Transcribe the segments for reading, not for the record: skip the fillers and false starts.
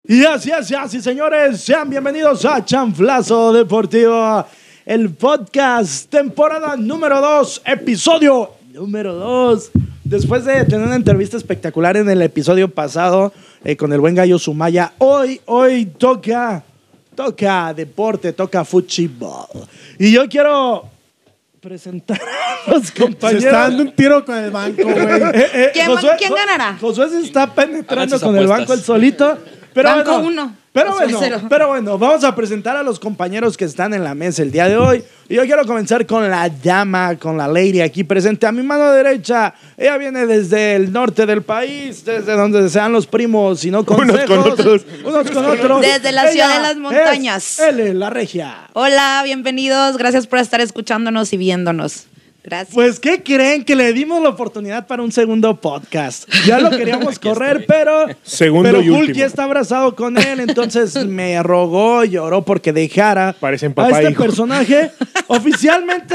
Y así, señores, sean bienvenidos a Chanflazo Deportivo, el podcast, temporada número 2, episodio número 2. Después de tener una entrevista espectacular en el episodio pasado con el buen Gallo Sumaya, hoy toca deporte, toca fútbol. Y yo quiero presentar a los compañeros. Se está dando un tiro con el banco, güey. ¿Quién ganará? Josué se está penetrando con el banco el solito. Pero banco bueno, 1. Pero bueno, vamos a presentar a los compañeros que están en la mesa el día de hoy. Y yo quiero comenzar con la dama, con la lady aquí presente a mi mano derecha. Ella viene desde el norte del país, desde donde sean los primos, y no consejos. Unos con otros. Desde la ciudad de las montañas. La regia. Hola, bienvenidos. Gracias por estar escuchándonos y viéndonos. Gracias. Pues, ¿qué creen? Que le dimos la oportunidad para un segundo podcast. Ya lo queríamos correr, pero Hulk ya está abrazado con él, entonces me rogó, lloró porque dejara a este personaje. Oficialmente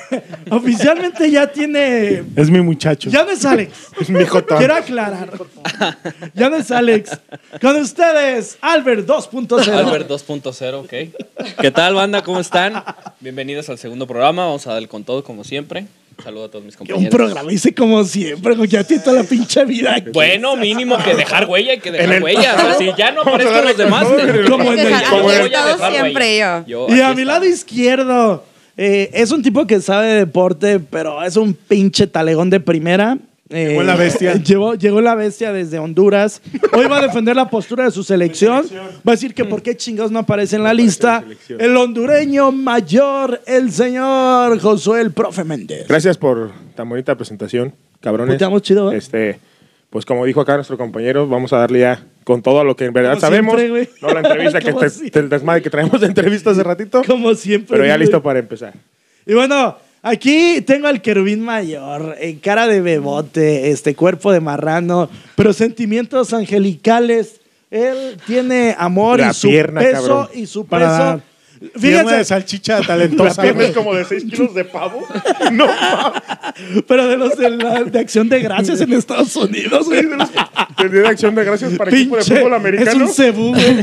ya tiene... Es mi muchacho. Ya no es Alex. Es mi jota. Quiero aclarar. Ya no es Alex. Con ustedes, Albert 2.0. Albert 2.0, ok. ¿Qué tal, banda? ¿Cómo están? Bienvenidos al segundo programa. Vamos a darle con todo, como siempre. Saludo a todos mis compañeros. Un programa hice como siempre, porque ya tiene toda la pinche vida aquí. Bueno, mínimo que dejar huella, hay que dejar huella. O sea, si ya no aparezco los demás. Como en el... siempre yo. Y a mi lado izquierdo, es un tipo que sabe de deporte, pero es un pinche talegón de primera. Llegó la bestia. Llegó la bestia desde Honduras. Hoy va a defender la postura de su selección. Va a decir que por qué chingados no aparece en la lista. El hondureño mayor, el señor Josué, el profe Méndez. Gracias por tan bonita presentación, cabrones. Estamos chido, pues como dijo acá nuestro compañero, vamos a darle ya con todo a lo que en verdad como sabemos. Siempre, no la entrevista que el desmadre que traemos de entrevista hace ratito. Como siempre. Pero ya listo para empezar. Y bueno, aquí tengo al querubín mayor, cara de bebote, cuerpo de marrano, pero sentimientos angelicales. Él tiene amor la y su pierna, peso cabrón. y su peso. Fíjense, de salchicha talentosa. La pierna es como de 6 kilos de pavo. No, pero de los de Acción de Gracias en Estados Unidos, güey. de Acción de Gracias para equipo de fútbol americano. Es un cebú, güey.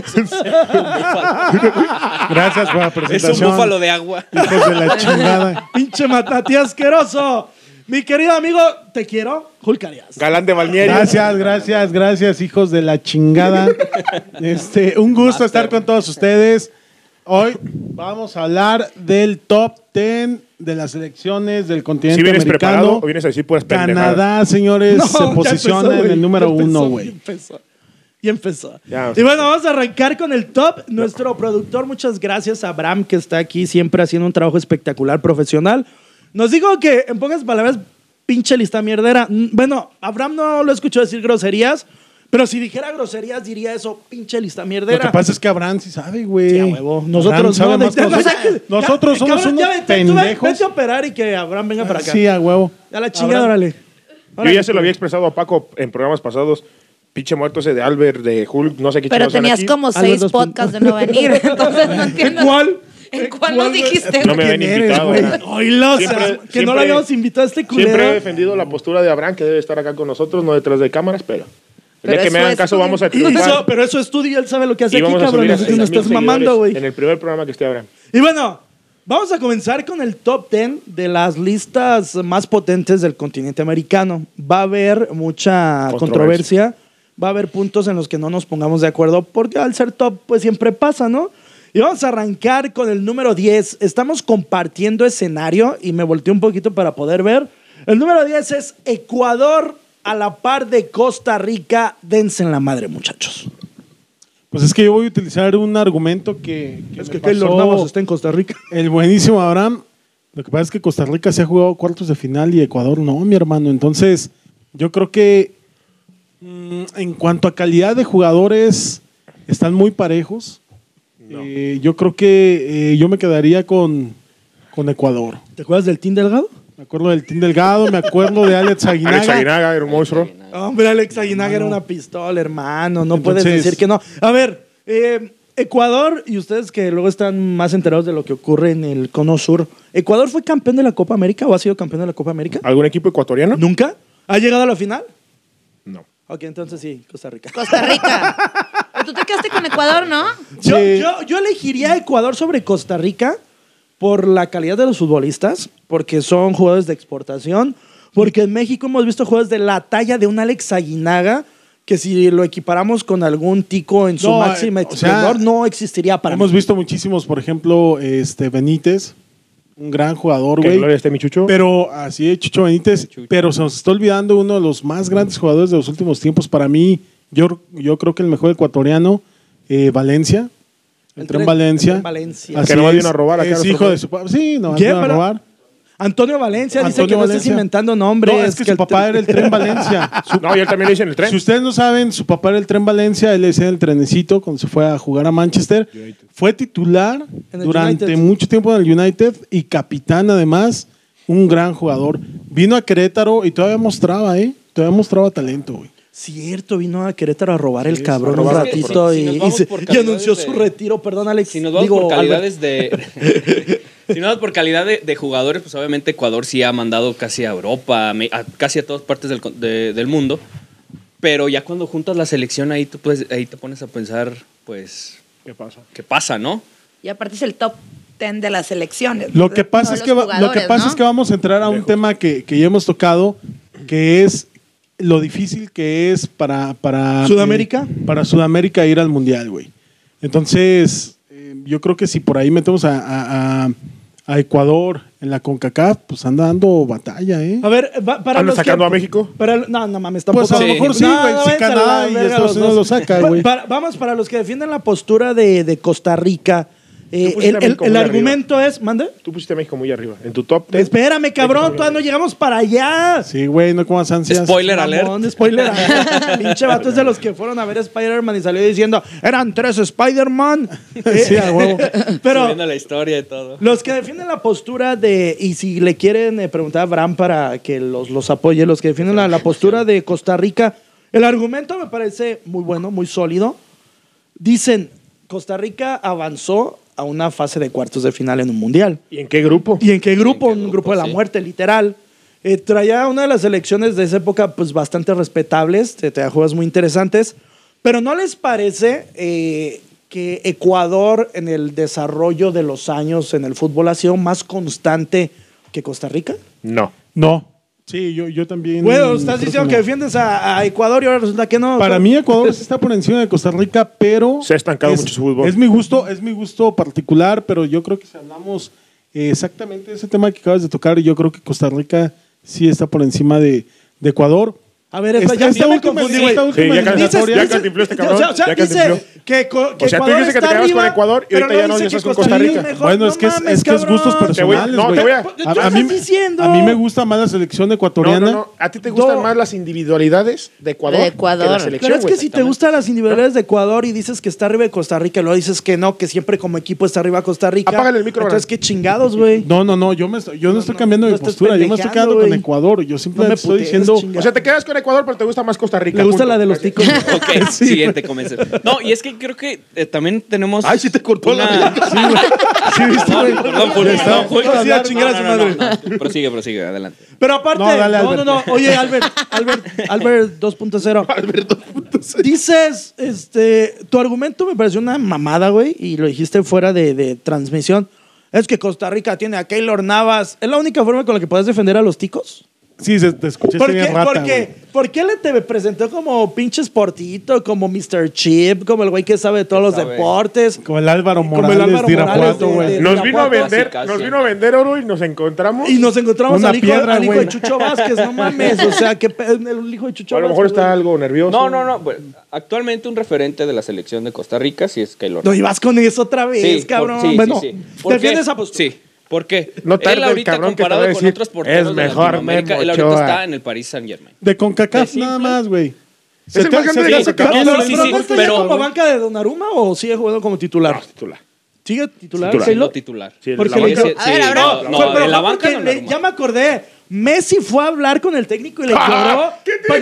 Gracias por la presentación. Es un búfalo de agua. Hijos de la chingada. Pinche matatí asqueroso. Mi querido amigo, te quiero, Hulk Arias. Galán de Balneario. Gracias, hijos de la chingada. Un gusto estar con todos ustedes. Hoy vamos a hablar del top 10 de las selecciones del continente ¿Sí vienes americano. Preparado o vienes a decir puras pendejadas? Canadá, señores, se posiciona en el número 1, güey. Y empezó. Y bueno, vamos a arrancar con el top. Nuestro productor, muchas gracias a Abraham, que está aquí siempre haciendo un trabajo espectacular, profesional. Nos dijo que, en pocas palabras, pinche lista mierdera. Bueno, Abraham no lo escuchó decir groserías, pero si dijera groserías, diría eso, pinche lista mierdera. Lo que pasa es que Abraham sí sabe, güey. Sí, a huevo. Nosotros no. Nosotros somos cabrón, unos pendejos. Vete a operar y que Abraham venga para acá. Sí, a huevo. Ya la chingada, órale. Yo ya se lo había expresado a Paco en programas pasados. Pinche muerto ese de Albert, de Hulk, no sé qué. Pero tenías como 6 podcasts de no venir, entonces no entiendo. ¿En cuál nos dijiste? No me habían invitado. Oílo, que no lo habíamos invitado a este culero. Siempre he defendido la postura de Abraham, que debe estar acá con nosotros, no detrás de cámaras, pero el día que me hagan caso vamos a triunfar. Pero eso estudia y él sabe lo que hace aquí, cabrón. No nos estás mamando, güey. En el primer programa que esté Abraham. Y bueno, vamos a comenzar con el top 10 de las listas más potentes del continente americano. Va a haber mucha controversia. Va a haber puntos en los que no nos pongamos de acuerdo, porque al ser top, pues siempre pasa, ¿no? Y vamos a arrancar con el número 10. Estamos compartiendo escenario y me volteé un poquito para poder ver. El número 10 es Ecuador a la par de Costa Rica. Dense en la madre, muchachos. Pues es que yo voy a utilizar un argumento que es que Keylor Navas está en Costa Rica. El buenísimo Abraham. Lo que pasa es que Costa Rica se ha jugado cuartos de final y Ecuador no, mi hermano. Entonces, yo creo que en cuanto a calidad de jugadores, están muy parejos. No. Yo creo que yo me quedaría con Ecuador. ¿Te acuerdas del Team Delgado? Me acuerdo del Team Delgado, me acuerdo de Alex Aguinaga. Alex Aguinaga era un monstruo. Hombre, Alex Aguinaga era una pistola, hermano. No puedes decir que no. A ver, Ecuador, y ustedes que luego están más enterados de lo que ocurre en el Cono Sur, ¿Ecuador fue campeón de la Copa América o ha sido campeón de la Copa América? ¿Algún equipo ecuatoriano? ¿Nunca? ¿Ha llegado a la final? No. Ok, entonces sí, Costa Rica. Costa Rica. tú te quedaste con Ecuador, ¿no? Yo elegiría Ecuador sobre Costa Rica por la calidad de los futbolistas, porque son jugadores de exportación, porque en México hemos visto jugadores de la talla de un Alex Aguinaga, que si lo equiparamos con algún tico en su máxima esplendor, no existiría para Hemos visto muchísimos, por ejemplo, Benítez, un gran jugador, güey. Gloria esté mi Chucho. Pero así es, Chucho Benítez. Pero se nos está olvidando uno de los más grandes jugadores de los últimos tiempos. Para mí, yo creo que el mejor ecuatoriano, Valencia. El Tren Valencia. Que no vino a robar acá. Es hijo de su papá. Sí, no vino a robar. Antonio Valencia dice que no estás inventando nombres. No, es que su papá era el Tren Valencia. No, y él también le dice en el tren. Si ustedes no saben, su papá era el Tren Valencia, él le decía el trenecito cuando se fue a jugar a Manchester. Fue titular durante mucho tiempo en el United y capitán además, un gran jugador. Vino a Querétaro y todavía mostraba talento, güey. Cierto, vino a Querétaro a robar el cabrón un ratito y anunció su retiro. Perdón, Alex. Si nos vamos por calidades si no por calidad de jugadores, pues obviamente Ecuador sí ha mandado casi a Europa, casi a todas partes del mundo. Pero ya cuando juntas la selección, ahí te pones a pensar, pues, ¿qué pasa, no? Y aparte es el top 10 de las selecciones. Lo que pasa es que vamos a entrar a un tema que ya hemos tocado, que es lo difícil que es para Sudamérica. Para Sudamérica ir al Mundial, güey. Entonces, yo creo que si por ahí metemos a Ecuador en la CONCACAF, pues anda dando batalla, ¿eh? A ver, para los sacando a México? No mames, tampoco. Pues a lo mejor sí, güey. Si Canadá y Estados Unidos lo saca, güey. Vamos, para los que defienden la postura de Costa Rica, el argumento es... ¿Mande? Tú pusiste a México muy arriba. En tu top 10. Espérame, cabrón, todavía no llegamos para allá. Sí, güey, no comas ansias. Spoiler alert. Spoiler alert. Pinche vato es de los que fueron a ver Spider-Man y salió diciendo, eran 3 Spider-Man. Sí, a huevo. Pero subiendo la historia y todo. Los que defienden la postura y si le quieren preguntar a Abraham para que los apoye, los que defienden la postura de Costa Rica, el argumento me parece muy bueno, muy sólido. Dicen, Costa Rica avanzó a una fase de cuartos de final en un mundial. ¿Y en qué grupo? Un grupo de la muerte, literal. Traía una de las selecciones de esa época pues bastante respetables, te juegos muy interesantes, pero ¿no les parece que Ecuador en el desarrollo de los años en el fútbol ha sido más constante que Costa Rica? No. Sí, yo también. Bueno, estás diciendo que defiendes a Ecuador y ahora resulta que no. Para mí Ecuador está por encima de Costa Rica, pero se ha estancado mucho su fútbol. Es mi gusto particular, pero yo creo que si hablamos exactamente de ese tema que acabas de tocar, yo creo que Costa Rica sí está por encima de Ecuador. A ver, ya me confundí, güey. Ya cantinfló este cabrón. O sea, dice que tú dices que te quedabas con Ecuador y ahorita ya no estás con Costa Rica. Bueno, es que es gustos personales, güey. A mí me gusta más la selección ecuatoriana. No. A ti te gustan más las individualidades de Ecuador que la selección. Pero es que si te gustan las individualidades de Ecuador y dices que está arriba de Costa Rica y luego dices que no, que siempre como equipo está arriba Costa Rica. Apágale el micro. Entonces, qué chingados, güey. No, yo no estoy cambiando mi postura. Yo me estoy quedando con Ecuador. Yo simplemente estoy diciendo... O sea, te quedas con Ecuador, pero te gusta más Costa Rica. Le gusta la de los ticos. Ok, siguiente comentario. No, y es que creo que también tenemos... Ay, sí te cortó la... Sí, güey. Sí, viste, güey. Perdón, Julio. Sí, a chingar a su madre. Prosigue, adelante. Pero aparte... No. Oye, Albert 2.0. Albert 2.0. Dices, tu argumento me pareció una mamada, güey, y lo dijiste fuera de transmisión. Es que Costa Rica tiene a Keylor Navas. ¿Es la única forma con la que puedes defender a los ticos? Sí, te escuché bien rata, ¿Por qué le te presentó como pinche sportito, como Mr. Chip, como el güey que sabe de todos los deportes? Como el Álvaro Morales de Irapuato, güey. Nos vino a vender oro y nos encontramos. Y nos encontramos al hijo de Chucho Vázquez, no mames. O sea, que el hijo de Chucho Vázquez. A lo mejor está algo nervioso. No. Pues, actualmente un referente de la selección de Costa Rica sí es Keylor. No, y vas con eso otra vez, cabrón. Sí. Defiende esa postura. Sí. ¿Por qué? No tarda, él ahorita comparado con otros porteros es mejor de Latinoamérica, él ahorita está en el Paris Saint-Germain. De CONCACAF nada más, güey. Es el más grande de CONCACAF. ¿Pero como banca de Donnarumma o sigue jugando como titular? No, titular. ¿Sigue titular? Titular. Porque la banca no. ya me acordé. Messi fue a hablar con el técnico y le lloró. ¿Qué te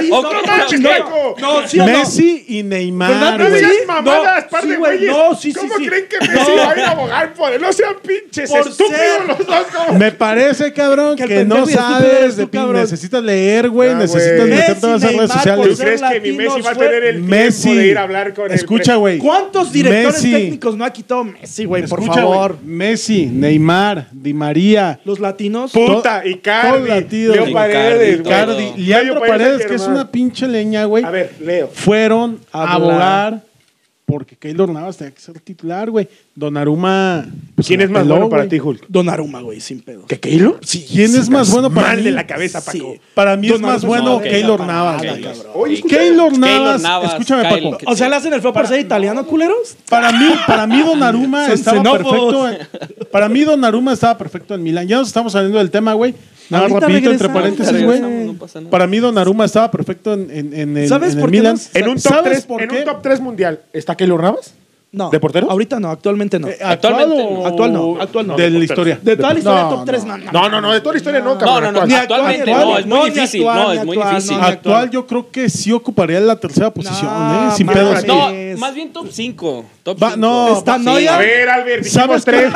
Messi y Neymar, No güey. digas mamadas, par de güey, güeyes. no, sí, ¿Cómo sí. creen que Messi va a ir a abogar por él? No sean pinches Por estúpidos ser- los dos. ¿Cómo? Me parece, cabrón, Que el que no pendejo y estúpido sabes eres de tú, cabrón. Necesitas leer, güey. Ah, Necesitas güey. meterte Messi, a las redes Neymar, ¿Tú por sociales. ser crees que mi latinos Messi va a fue- tener el Messi. tiempo de ir a hablar con el Escucha, güey. ¿Cuántos directores Messi. técnicos no ha quitado Messi, güey? Por Escucha, favor. güey. Messi, Neymar, Di María, Los latinos. Puta, Icardi, todo latido, Leo güey. Paredes, güey. Cardi, Medio Leandro País Paredes, que es Saint-Germain. una pinche leña, güey. A ver, Leo. Fueron a Hablar. abogar porque Keylor Navas tenía que ser titular, güey. Donnarumma. pues, ¿Quién la es más peló, bueno para güey. ti, Hulk? Donnarumma, güey, sin pedo. ¿Que Keylor? Sí. ¿Quién es más bueno para Mal mí? de la cabeza, Paco. Sí. Para mí es Donnarumma más bueno no, Keylor para Navas, nada, güey. cabrón. Oye, escucha. Keylor Navas, Navas, escúchame, Kyle, Paco. O sea, le hacen el feo por ser italiano, culeros. Para mí Donnarumma Son estaba xenófobos. perfecto. Para mí Donnarumma estaba perfecto en Milán. Ya nos estamos saliendo del tema, güey. Nada Ahorita rapidito entre regresamos, paréntesis, güey. regresamos, no pasa nada. Para mí Donnarumma estaba perfecto en el, ¿Sabes en el por qué Milán. no? En un top ¿Sabes 3, por en qué? un top 3 mundial, ¿está Keylor Navas? No. ¿De porteros? Ahorita no, actualmente no. ¿Actual Actualmente o- no. Actual no, actual no. De De la porteros. historia. De toda la historia, No, top 3, No, de toda la historia no, No, cabrón. no, no, Ni actual. actualmente actual, no, es no, muy ni difícil. actual, No, ni es muy actual, difícil. no, ni Actual yo creo que sí ocuparía la tercera posición, No, sin mames. pedos. No, Es- más bien top 5. Top Va, 5. no, Está Sí. Neuer. A ver, Albert, ¿Sabes dijimos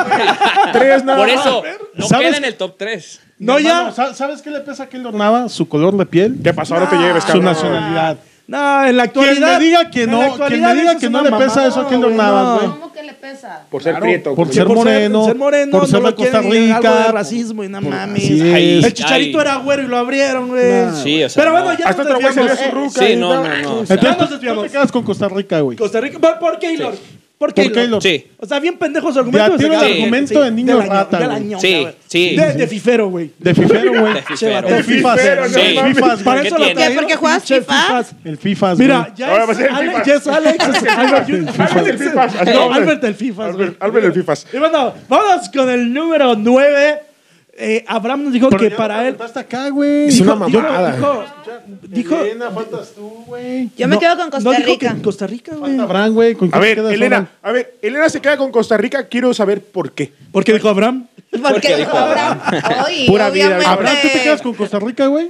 3 nada Por más. eso, no ¿Sabes? queda en el top 3. No, Hermano, ya. ¿sabes qué le pesa a Keylor Navas? Su color de piel. ¿Qué pasó? Ahora te lleves, Su cabrón. nacionalidad. No, en la Quien actualidad. me diga que en no, la quien actualidad me diga eso que es no una le pesa eso a Keylor güey, Navas, no. güey. ¿Cómo que le pesa? Por ser Claro, prieto. por como- ser moreno, ser moreno, por ser no de lo quieren Costa ni algo de Rica. racismo y no mames. así es. Ay, El Chicharito ay. era güero y lo abrieron, güey. Sí, o sea, Pero bueno, no. ya Hasta nos otro güey se desviamos. vio su ruca. Sí, y no, tal. no, no. o Entonces, sea, Ya nos tú desviamos. te quedas con Costa Rica, güey. Costa Rica, por Keylor. Por Por Keylor. Keylor. Sí. O sea, bien pendejos su argumento. Ya tiene se el queda- argumento de niño rata, de la güey. ñonga, Sí, güey. sí. De fifero, güey. De fifero, güey. De Che, fifero. vato, El FIFA. Fifero, no Sí. El mames. FIFA, Para güey. eso ¿Qué lo tiene? traigo, ¿Por qué juegas pinche FIFA? Fifas. El FIFA, Mira, ya Ahora va a es ser el Alex, FIFA. ya es Alex. Albert Junior. Albert el Fifas. así No, vamos a- Albert el Fifas, güey. Albert el Fifas. Y bueno, vamos con el número 9. Abraham nos dijo que para él. Hasta acá, güey. Es una Dijo- mamada. Dijo. Elena, faltas tú, güey. Yo me quedo con Costa no, dijo Rica. que Costa Rica, güey. Falta Abraham, güey. ¿Con A quién te ver, quedas, Elena, Abraham? Elena se queda con Costa Rica. Quiero saber por qué. Porque dijo Abraham. Porque dijo Abraham. Oye, Pura vida, obviamente. Abraham, ¿tú te quedas con Costa Rica, güey?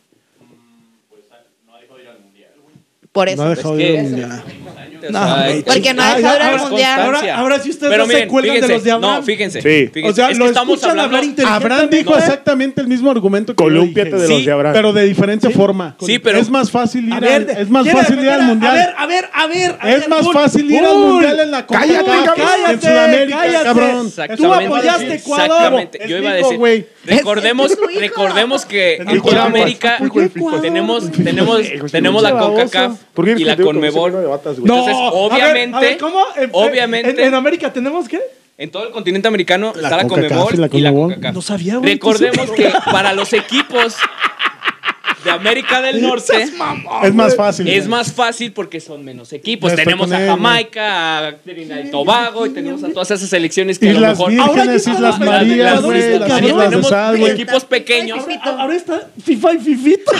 Por eso. No ha dejado Es de ir que- al mundial. O No, sea, güey. Porque no ha Ah, dejado ir ya, al ahora- mundial. Ahora sí ustedes Pero no se miren, cuelgan de fíjense, los de Abraham. No, fíjense. Sí. fíjense. O sea, es lo que estamos escuchan hablando. hablar Abraham dijo ¿eh? exactamente el mismo argumento que yo Colúmpiate dije. de los Sí, de Abraham. Pero de diferente forma. Sí, pero- es más fácil ir A ver, es más ¿quiere fácil ir al defender mundial. A ver. Es más fácil ir al mundial en la Cállate, CONCACAF que cabrón. en Sudamérica, cabrón. Exactamente. Tú apoyaste Ecuador. Exactamente. Es Yo iba a mi hijo, decir. güey. Recordemos, Es tu hijo. recordemos que Es en hijo de Sudamérica Fifas. Hijo de Fifas. tenemos la baboso. CONCACAF ¿Por qué y la discutió con ese CONMEBOL. güey de batas, güey? Entonces, obviamente, a ver, ¿cómo? obviamente- En América tenemos qué? En todo el continente americano está la CONCACAF CONMEBOL y la y la CONMEBOL. CONCACAF. No sabía, güey. Recordemos que para los equipos de América del Norte Es más fácil. es güey. más fácil porque son menos equipos. Estoy Tenemos con a él, Jamaica, a Trinidad y Tobago y tenemos a todas esas selecciones que a lo Islas mejor Ahora Vírgenes, ya Islas está Marías, Ecuador, güey. este Las cabrón. Islas de tenemos Sal, güey. equipos pequeños. Ahora está FIFA y Fifita.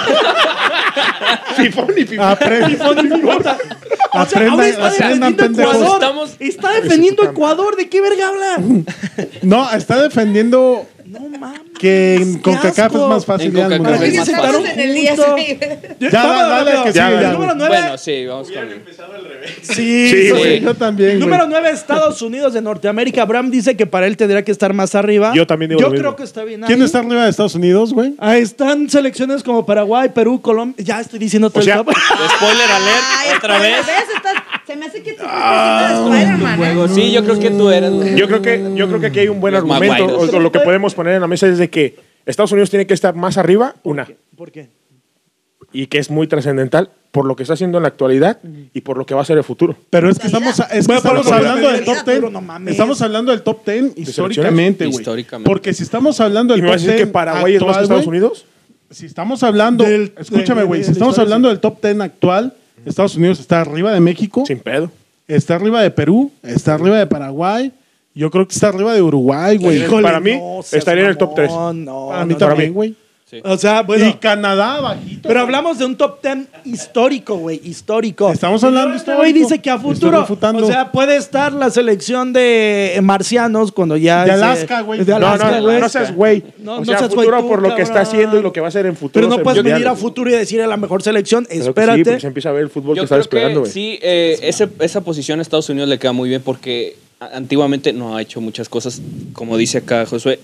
Fifón y Fifón. Aprendan, O sea, ahora está aprendan, defendiendo pendejos. Ecuador. Estamos- Está defendiendo Ecuador. ¿De qué verga habla? No, está defendiendo No mames. que en Qué CONCACAF asco. es más fácil En ir al CONCACAF mundial. es más Se fácil. sentaron Estamos en el día. juntos. sí. Ya, dale, que Ya, sigue, ya. ya. Número 9. Bueno, sí, vamos con Sí, Sí, güey. Yo también, güey. Número 9, Estados Unidos de Norteamérica. Abraham dice que para él tendría que estar más arriba. Yo también digo Yo lo mismo. creo que está bien. ¿Quién ahí. está arriba de Estados Unidos, güey? Ahí están selecciones como Paraguay, Perú, Colombia. Ya estoy diciendo todo O sea, el top. Spoiler alert, Ay, otra vez. Se me hace que tú estás de Spider-Man. Juego. Sí, yo creo que tú eras. Yo creo que aquí hay un buen Los argumento. Maguires. O lo que podemos poner en la mesa es de que Estados Unidos tiene que estar más arriba, una, ¿Por qué? y que es muy trascendental por lo que está haciendo en la actualidad y por lo que va a ser el futuro. Pero es que estamos Bueno, estamos pero hablando por del top futuro, 10. no mames. Estamos hablando del top 10 históricamente, güey. Históricamente. Porque si estamos hablando ¿Y del me top vas a decir 10 que Paraguay es más que actual, Estados güey, Unidos? Si estamos hablando, escúchame, güey, si estamos hablando del top 10 actual, Estados Unidos está arriba de México, Sin pedo. está arriba de Perú, está arriba de Paraguay, yo creo que está arriba de Uruguay, güey. Híjole. Para mí, seas estaría en el top 3. mamón, No, Para mí no, también, güey. Sí. O sea, bueno. Y Canadá bajito. Pero hablamos de un top 10 histórico, güey. Histórico. Estamos hablando Este güey dice que a Estoy futuro. refutando. O sea, puede estar la selección de marcianos cuando ya. De Alaska, güey. De Alaska, güey. No seas güey. No, O no sea, seas futuro güey tú, por lo que está cabrón. haciendo y lo que va a hacer en futuro. Pero no puedes venir a futuro y decir a la mejor selección. Claro que Espérate. Sí, porque se empieza a ver el fútbol que Yo está creo desplegando, que güey. sí, esa posición a Estados Unidos le queda muy bien porque antiguamente no ha hecho muchas cosas, como dice acá Josué.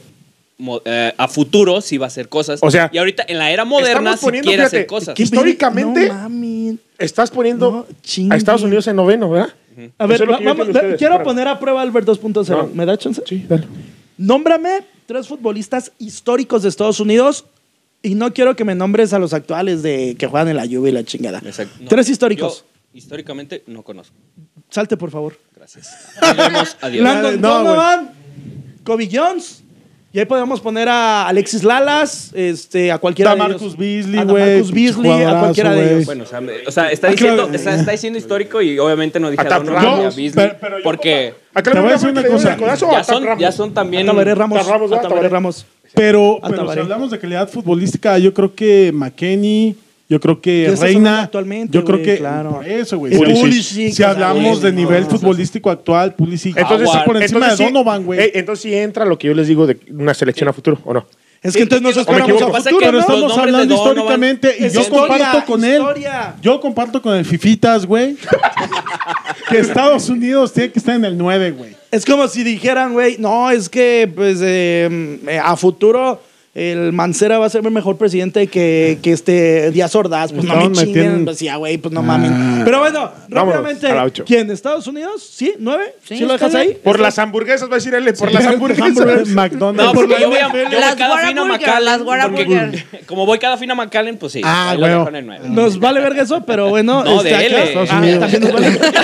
A futuro sí va a hacer cosas. O sea, y ahorita en la era moderna estamos sí poniendo, quiere fíjate, hacer cosas. que históricamente No, mami. estás poniendo No, chingue. a Estados Unidos en noveno, ¿verdad? A ver, Eso es lo que yo vamos, quiero ustedes, quiero espérame. poner a prueba Albert 2.0. No. ¿Me da chance? Sí, dale. Nómbrame 3 futbolistas históricos de Estados Unidos y no quiero que me nombres a los actuales de que juegan en la Juve y la chingada. Exacto. No, 3 históricos. yo históricamente no conozco. Salte, por favor. Gracias. Nos vemos. Adiós. Landon No, Donovan, Kobe Jones. Y ahí podemos poner a Alexis Lalas, a cualquiera A de ellos. Marcus Beasley, A güey. Marcus Beasley, a Jugadorazo, cualquiera de güey. ellos. Bueno, o sea, está diciendo histórico y obviamente no dije Hasta a Donovan ni a Ramos, Beasley pero yo- porque Acá Te voy a le decir una que le dio cosa. el codazo a Tap Ramos. ya son también A Tabaré Ramos. Está Ramos, A ¿verdad? Tabaré Tabaré. Ramos. Pero si Tabaré. hablamos de calidad futbolística, yo creo que McKennie, yo creo que Ya está Reina, sonando actualmente, yo creo güey, que claro. por eso, güey. Y Si- Pulisic, si o sea, hablamos güey, de nivel no. futbolístico actual, Pulisic Entonces, está por encima de sí- Donovan, güey. entonces sí entra lo que yo les digo de una selección a futuro, ¿o no? Es que entonces nos o me esperamos equivoco. a Pasa futuro, que ¿no? los Estamos nombres de hablando Donovan históricamente y es yo historia, comparto con historia. él. Yo comparto con el Fifitas, güey. Que Estados Unidos tiene que estar en el 9, güey. Es como si dijeran, güey, no, es que pues a futuro el Mancera va a ser el mejor presidente que Díaz Ordaz. Pues no me Estaban chinguen. metiendo- Pues ya, güey, pues no mamen. Pero bueno, Vámonos rápidamente. a la 8. ¿Quién? ¿Estados Unidos? ¿Sí? ¿9? ¿Sí, lo está dejas ahí? Por las hamburguesas, va a decir él, por las hamburguesas. McDonald's. no, porque yo voy Las cada fin a Whataburger, McAllen, las porque Whataburger. como voy cada fin a McAllen, pues sí, Ah, ahí lo huevo. dejo en el 9. Nos vale verga eso, pero bueno. No, de acá- él, Estados Ah, Unidos. también nos vale verga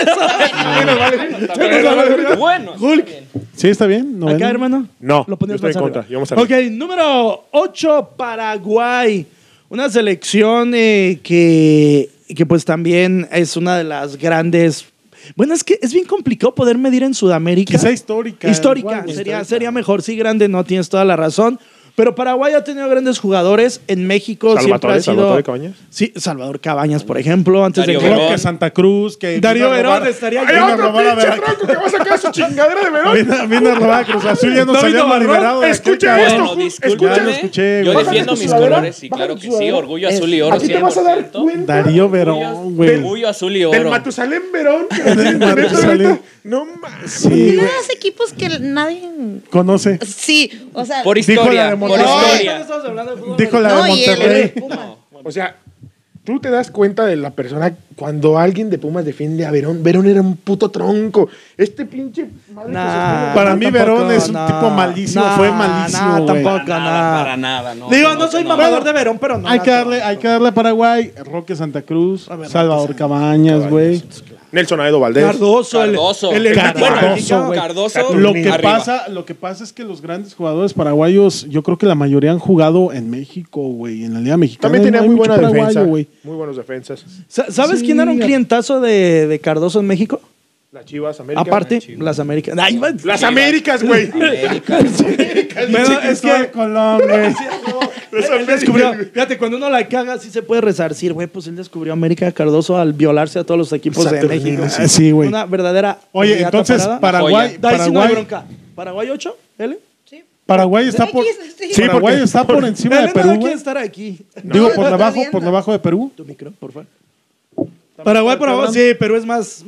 eso. Bueno, Hulk. Sí, está bien. noveno. Acá, hermano. No, Lo ponías yo estoy más en contra, arriba. y vamos arriba. Ok, número 8, Paraguay. Una selección que pues también es una de las grandes. Bueno, es que es bien complicado poder medir en Sudamérica. Quizá histórica. Histórica, Igual, sería mejor. Sí, grande, no tienes toda la razón. Pero Paraguay ha tenido grandes jugadores. En México siempre ha sido. Salvatore Cabañas. Sí, Salvador Cabañas, por ejemplo. Antes Darío de que. Verón. Roque Santa Cruz. Que Darío vino a Verón robar- estaría ¡Hay vino a otro robar a pinche Veracruz. tronco que va a sacar su chingadera de Verón! Vino a robar a Cruz Azul y ya nos David habíamos Navarro, liberado de aquel escucha cabrón. esto. bueno, escucha, ya lo discúlpame. escuché, Yo güey. defiendo Bájale mis tu sudadera, colores, sí, bájale claro tu que sí, sudadera. orgullo azul y oro Aquí te vas a dar 100%. cuenta Darío Verón, güey. Orgullo azul y del oro. Matusalén Verón. que Del Matusalén. No mames. Sí, ¿Qué güey. das equipos que nadie... Conoce. Sí, o sea... Por Dijo la historia, de por Monterrey. historia. Estamos hablando de fútbol Dijo la de No, y él- Monterrey. O sea, tú te das cuenta de la persona cuando alguien de Pumas defiende a Verón. Verón era un puto tronco. Este pinche madre Nah, Para mí, tampoco, Verón es un tipo malísimo, fue malísimo, güey. tampoco, Para nada, no. Digo, no soy mamador de Verón, pero no. Hay que darle a Paraguay Roque Santa Cruz, Salvador Cabañas, güey. Nelson Aedo Valdés. Cardoso, Cardoso. el Cardoso, güey. Cardoso. Lo que arriba. pasa es que los grandes jugadores paraguayos, yo creo que la mayoría han jugado en México, güey, en la Liga Mexicana. También tenía Hay muy mucho buena paraguayo, defensa. güey. Muy buenas defensas. ¿Sabes Sí, quién era un clientazo de Cardoso en México? Las Chivas, América. Aparte, las Américas. Ay, man. Las Américas, güey. Bueno, es que Colón, güey. él descubrió, fíjate, cuando uno la caga, sí se puede resarcir, güey. Pues él descubrió a América Cardoso al violarse a todos los equipos de México. Ah, sí, güey. Una verdadera. Oye, riata entonces parada. Paraguay, Joya. Da, sí, no hay Paraguay, bronca. ¿Paraguay 8? ¿L? Paraguay está por, Sí, Paraguay porque- está por encima de L no Perú, quiere güey. estar aquí. Digo, por está debajo, bien, por no. debajo de Perú. Tu micro, por favor. Paraguay, sí, Perú es más.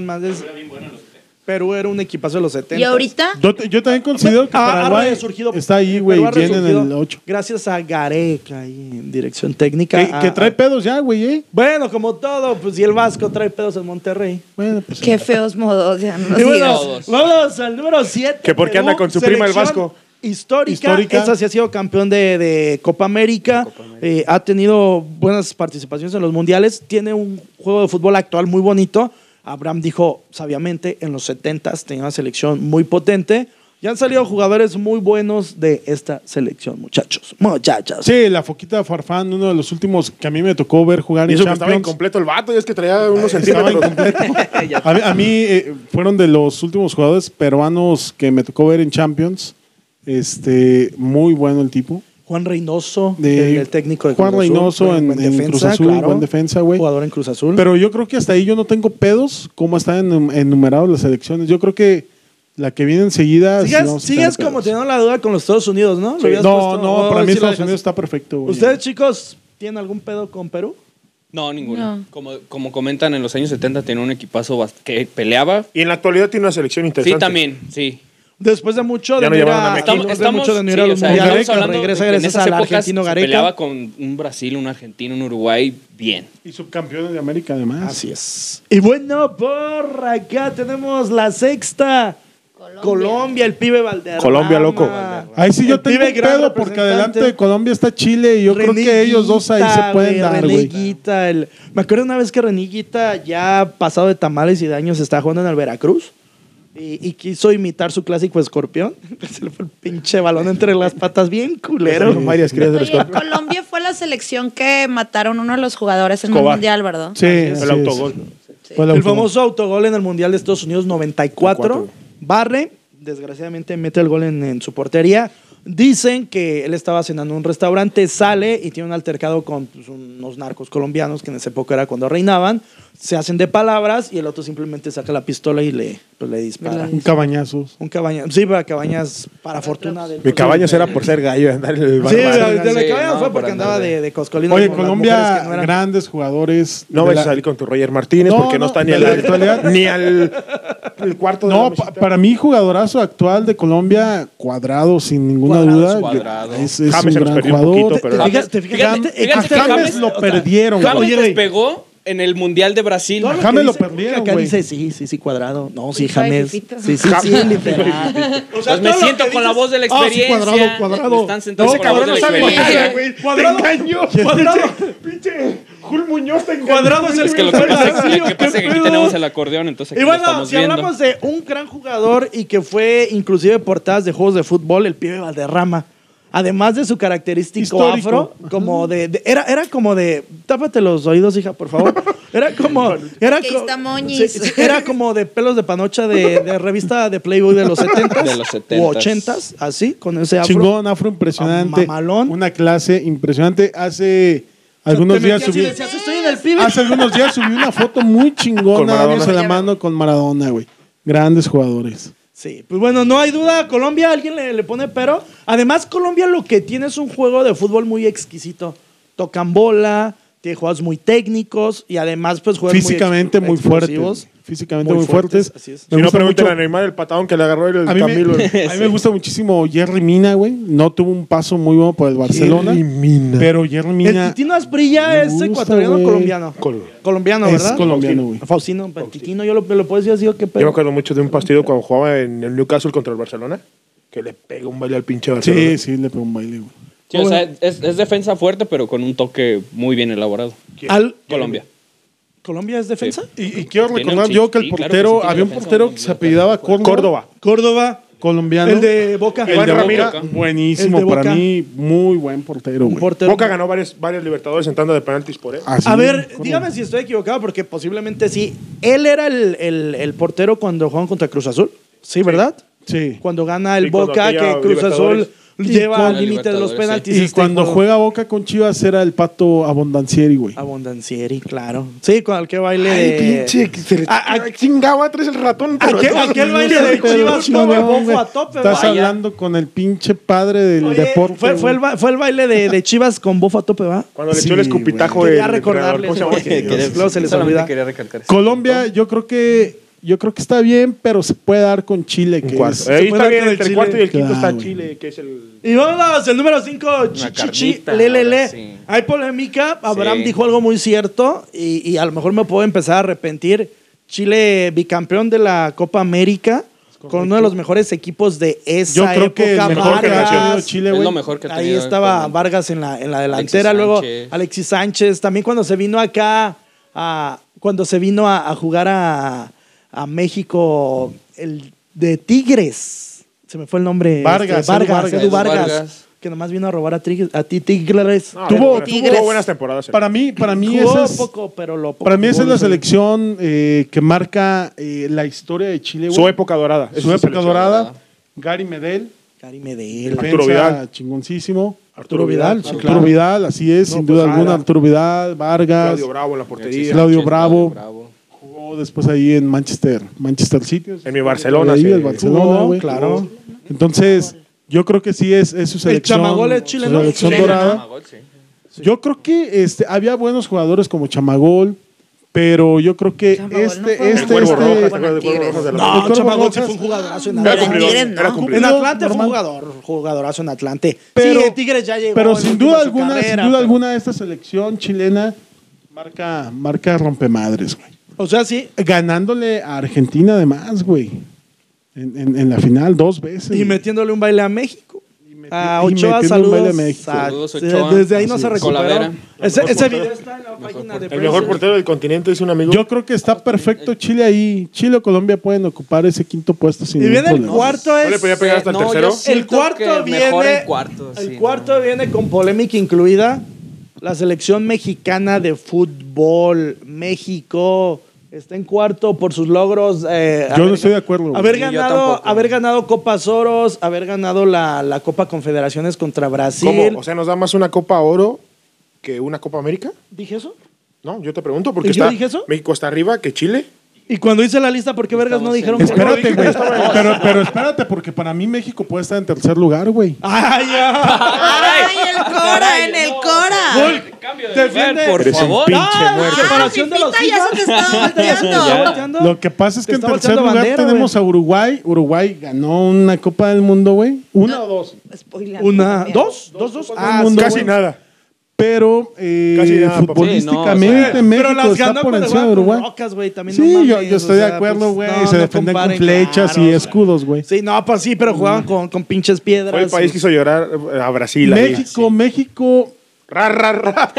Perú era un equipazo de los 70. ¿Y ahorita? Yo también considero que Ha Paraguay resurgido. está ahí, güey, Perú ha bien en resurgido el 8. Gracias a Gareca ahí en dirección técnica. Que trae pedos ya, güey, ¿eh? Bueno, como todo, pues y el Vasco trae pedos en Monterrey. Bueno, pues. Qué feos modos, ya no Y nos bueno, digas. Todos. vamos al número 7. Que porque anda con su prima el Vasco. Histórica. Esa sí ha sido campeón de Copa América. Ha tenido buenas participaciones en los mundiales. Tiene un juego de fútbol actual muy bonito. Abraham dijo sabiamente, en los 70s tenía una selección muy potente. Ya han salido jugadores muy buenos de esta selección, muchachos. Muchachas. Sí, la Foquita Farfán, uno de los últimos que a mí me tocó ver jugar Y en eso que estaba Champions. incompleto el vato, y es que traía unos Estaba centímetros. incompleto. A mí fueron de los últimos jugadores peruanos que me tocó ver en Champions. Muy bueno el tipo. Juan Reynoso, De el técnico de Juan Cruz Azul, Reynoso en Cruz Azul, claro. buen defensa, güey. Jugador en Cruz Azul. Pero yo creo que hasta ahí yo no tengo pedos cómo están enumerados las selecciones. Yo creo que la que viene enseguida... sí vamos a Sigues tener como pedos. teniendo la duda con los Estados Unidos, ¿no? Sí. ¿Lo habías No, puesto? no, ¿O para mí sí lo Estados dejas? Unidos está perfecto, güey. ¿Ustedes, chicos, tienen algún pedo con Perú? No, ninguno. No. Como comentan, en los años 70 tenía un equipazo que peleaba. Y en la actualidad tiene una selección interesante. Sí, también, sí. Después de mucho Ya de no no ir llamaban a a, México. después de mucho de no ir sí, a o los sea, mundiales, estamos hablando regresa de que en gracias esas al épocas argentino se Gareca. peleaba con un Brasil, un Argentina, un Uruguay, bien. Y subcampeones de América, además. Así es. Y bueno, por acá tenemos la sexta. Colombia, el pibe Valderrama. Colombia, loco. Ahí sí yo El tengo pibe un gran pedo porque representante. adelante de Colombia está Chile y yo creo que ellos dos ahí se pueden dar, güey. Reneguita, me acuerdo una vez que Reneguita, ya pasado de tamales y de años, estaba jugando en el Veracruz y quiso imitar su clásico escorpión. Se le fue el pinche balón entre las patas, bien culero. Con varias crías del Oye, Escorpio. Colombia fue la selección que mataron uno de los jugadores en el Escobar. Mundial, ¿verdad? Sí, El así es. autogol. Fue El autogol. famoso autogol en el Mundial de Estados Unidos 94. 94. Barre, desgraciadamente mete el gol en su portería. Dicen que él estaba cenando en un restaurante, sale y tiene un altercado con pues, unos narcos colombianos, que en esa época era cuando reinaban. Se hacen de palabras y el otro simplemente saca la pistola y le dispara. Un cabañazos. Un Cabañas, sí, para Cabañas, para fortuna de él. Mi Cabañas era por ser gallo, andar en el bar. Sí, bar. de la Sí, Cabañas no, fue por porque andar andaba de- de coscolino. Oye, con las Colombia, mujeres que no eran. grandes jugadores. No de vas la- a salir con tu Roger Martínez No, porque no no, está ni de al la actualidad. ni al el cuarto de la No, mesita. para mí, jugadorazo actual de Colombia, Cuadrado, sin ninguna duda. Cuadrado. Es James un se nos gran perdió un jugador. poquito, pero- Te fijas, Fíjate A James lo perdieron. James güey. despegó en el Mundial de Brasil. Todo lo James que lo dice- perdieron, Acá güey. dice sí, Cuadrado. No, sí, Hija de James. Fifita. Sí, literal. O sea, Pues me todo lo siento que con la dices- voz de la Ah, sí, experiencia. Cuadrado. Me están sentando No, con la voz de la cabrón, no sabe experiencia. nada, güey. Cuadrado. Te engañó. Cuadrado. Pinche Jul Muñoz te engañó. Cuadrado es el Es que lo que fue pasa es nacido, que, pasa es que aquí pedo. tenemos el acordeón, entonces aquí Y lo bueno, estamos si viendo. hablamos de un gran jugador y que fue inclusive portadas de juegos de fútbol, el pibe Valderrama. Además de su característico Histórico. afro, como era como de, tápate los oídos, hija, por favor. Era como, Que está moñis. era como de pelos de panocha de revista de Playboy de los 70s. De los 70s. O 80s, así, con ese afro. Chingón, afro impresionante. Mamalón. Una clase impresionante. Hace algunos Te días metías y subí. decías, estoy en el pibe. Hace algunos días subí una foto muy Con chingona Maradona. dándose la mano con Maradona, güey. Grandes jugadores. Sí, pues bueno, no hay duda, Colombia alguien le pone pero. Además, Colombia lo que tiene es un juego de fútbol muy exquisito. Tocan bola, tiene juegos muy técnicos y además pues juegan Físicamente muy explosivos. fuertes. Físicamente muy fuertes. Así es. Me Si no, gusta pregúntale mucho- a Neymar el patadón que le agarró el A mí, Camilo. a mí me gusta muchísimo Jerry Mina, güey. No tuvo un paso muy bueno por el Barcelona. Jerry Mina. Pero Jerry El Mina Titino Asprilla me es gusta, ecuatoriano o güey. colombiano. Colombiano, es ¿verdad? colombiano, güey. Faustino, pero Titino, yo lo puedo decir así, ¿o qué Yo me pedo? acuerdo mucho de un partido cuando jugaba en el Newcastle contra el Barcelona, que le pega un baile al pinche Barcelona. Sí, sí, le pegó un baile, güey. Sí, o sea, es defensa fuerte, pero con un toque muy bien elaborado. Colombia. ¿Colombia es defensa? Y quiero Tiene recordar un yo que el sí, claro portero, que sí, tiene había un defensa portero muy que se bien. apellidaba Córdoba. Córdoba, colombiano. el de Boca. El Iván de Ramiro. Boca, buenísimo. El de Boca. Para mí, muy buen portero, Un güey. portero. Boca ganó varios Libertadores en tanda de penaltis por él. Así, A ver, ¿cómo? dígame si estoy equivocado, porque posiblemente sí. Él era el portero cuando jugaban contra Cruz Azul. Sí, ¿verdad? Sí. Cuando gana el Sí, cuando Boca, aquella que Cruz Azul Libertadores. lleva con- al límite de los Libertadores, penaltis. Y este cuando juego. juega Boca con Chivas era el Pato Abondancieri, güey. Abondancieri, claro. Sí, con aquel baile Ay, de... pinche, que se le chingaba, traes el ratón. pero Aquel no, baile de Pero Chivas no, como güey. bofo a tope, Estás vaya. hablando con el pinche padre del Oye, deporte. fue el baile de Chivas con bofo a tope, ¿va? Cuando le Sí, echó el escupitajo Quería el recordarle entrenador, ¿cómo se eso, llama? porque luego se les Solamente olvida. quería recalcar eso. Colombia, yo creo que está bien, pero se puede dar con Chile, que Cuarto. es- Ahí puede está bien, con el entre el Chile. cuarto y el quinto Claro, está güey. Chile, que es el... Y vámonos, el número 5, Chichichi, carnita, Lelele. ahora sí. Hay polémica, Abraham Sí. dijo algo muy cierto y a lo mejor me puedo empezar a arrepentir. Chile bicampeón de la Copa América con uno de los mejores equipos de esa Yo creo que época. el mejor Vargas. generación ha tenido Chile, Es güey. lo mejor que ha Ahí tenido estaba actualmente. Vargas en la delantera, luego Sánchez. Alexis Sánchez, también cuando se vino acá, cuando se vino a jugar a México, el de Tigres, se me fue el nombre. Vargas, Edu Edu Vargas, Vargas. que nomás vino a robar a ti Tigres. No, Tuvo- tuvo buenas temporadas. Para mí Jugó esa es, poco, pero lo poco para mí que esa es jugó la lo salió. selección que marca la historia de Chile, güey. Su época dorada. Su época dorada. Gary Medel, Gary Medel. Arturo Vidal. Chingoncísimo. Arturo Vidal, sí, Arturo claro. Vidal, así es, No, sin pues, duda alguna. nada. Arturo Vidal, Vargas. Claudio Bravo en la portería. Claudio Bravo. Jugó después ahí en Manchester City. En mi Barcelona, Ahí, sí. el Barcelona, Jugó, güey. claro. Entonces, yo creo que sí es su selección. Chamagol es chileno. Su selección Chileno. dorada. Yo creo que había buenos jugadores como Chamagol, pero yo creo que Chamagol no fue El Cuervo Rojas, ¿te acuerdas del Tigres. Cuervo Rojas de la No, Arturo Chamagol sí Rojas. fue un jugadorazo en Pero en Atlante. Tigres no. Era cumplido. En Atlante fue Normal. jugadorazo en Atlante. Pero- sí, en Tigres ya llegó. Pero en sin último duda de su alguna, carrera, sin duda pero- alguna, esta selección chilena marca rompemadres, güey. O sea, sí. Ganándole a Argentina además, güey. En la final 2 veces. Y metiéndole un baile a México. A y Ochoa, metiendo un baile saludos. a México. Saludos, Ochoa. Desde ahí no Así se es. recuperó. Colavera. Ese video está en la página de El mejor portero del continente, dice un amigo. Yo creo que está perfecto Chile ahí. Chile o Colombia pueden ocupar ese quinto puesto sin Y ningún viene el problema. cuarto ¿No le es... podía pegar hasta el No, tercero? yo siento El cuarto que mejor viene... en cuarto, el sí, cuarto viene con polémica incluida. La selección mexicana de fútbol. México está en cuarto por sus logros. Yo no estoy de acuerdo, güey. Haber ganado Copas Oros, haber ganado la Copa Confederaciones contra Brasil. ¿Cómo? O sea, ¿nos da más una Copa Oro que una Copa América? ¿Dije eso? No, yo te pregunto, porque ¿Y yo está dije eso? México está arriba que Chile. Y cuando hice la lista, ¿por qué vergas no dijeron Espérate, güey. Estaba- Pero espérate, porque para mí México puede estar en tercer lugar, güey. ¡Ay, ya! ¡Ay, el Cora, en el Cora! Cambio de Defiende. lugar, por Eres un favor. pinche ¡Ay, muerto. separación de los Fifita, ya se te estaba volteando. volteando. Lo que pasa es que Te en está tercer volteando lugar bandera, tenemos a Uruguay. Uruguay ganó una Copa del Mundo, güey. ¿Una o dos? Spoiler. Una, dos. Ah, mundo, Casi güey. nada. Pero Casi nada, papá. futbolísticamente Pero México las está ganó por cuando encima de jugaban con Uruguay. rocas, güey. También Sí, no yo mames, estoy o de sea, acuerdo, pues, güey. no, Se no defienden con comparen, flechas claro, y escudos, güey. Sí, no, pues sí, pero jugaban con pinches piedras. Fue el país que hizo llorar a Brasil. ahí. México, Ra, ra, ra.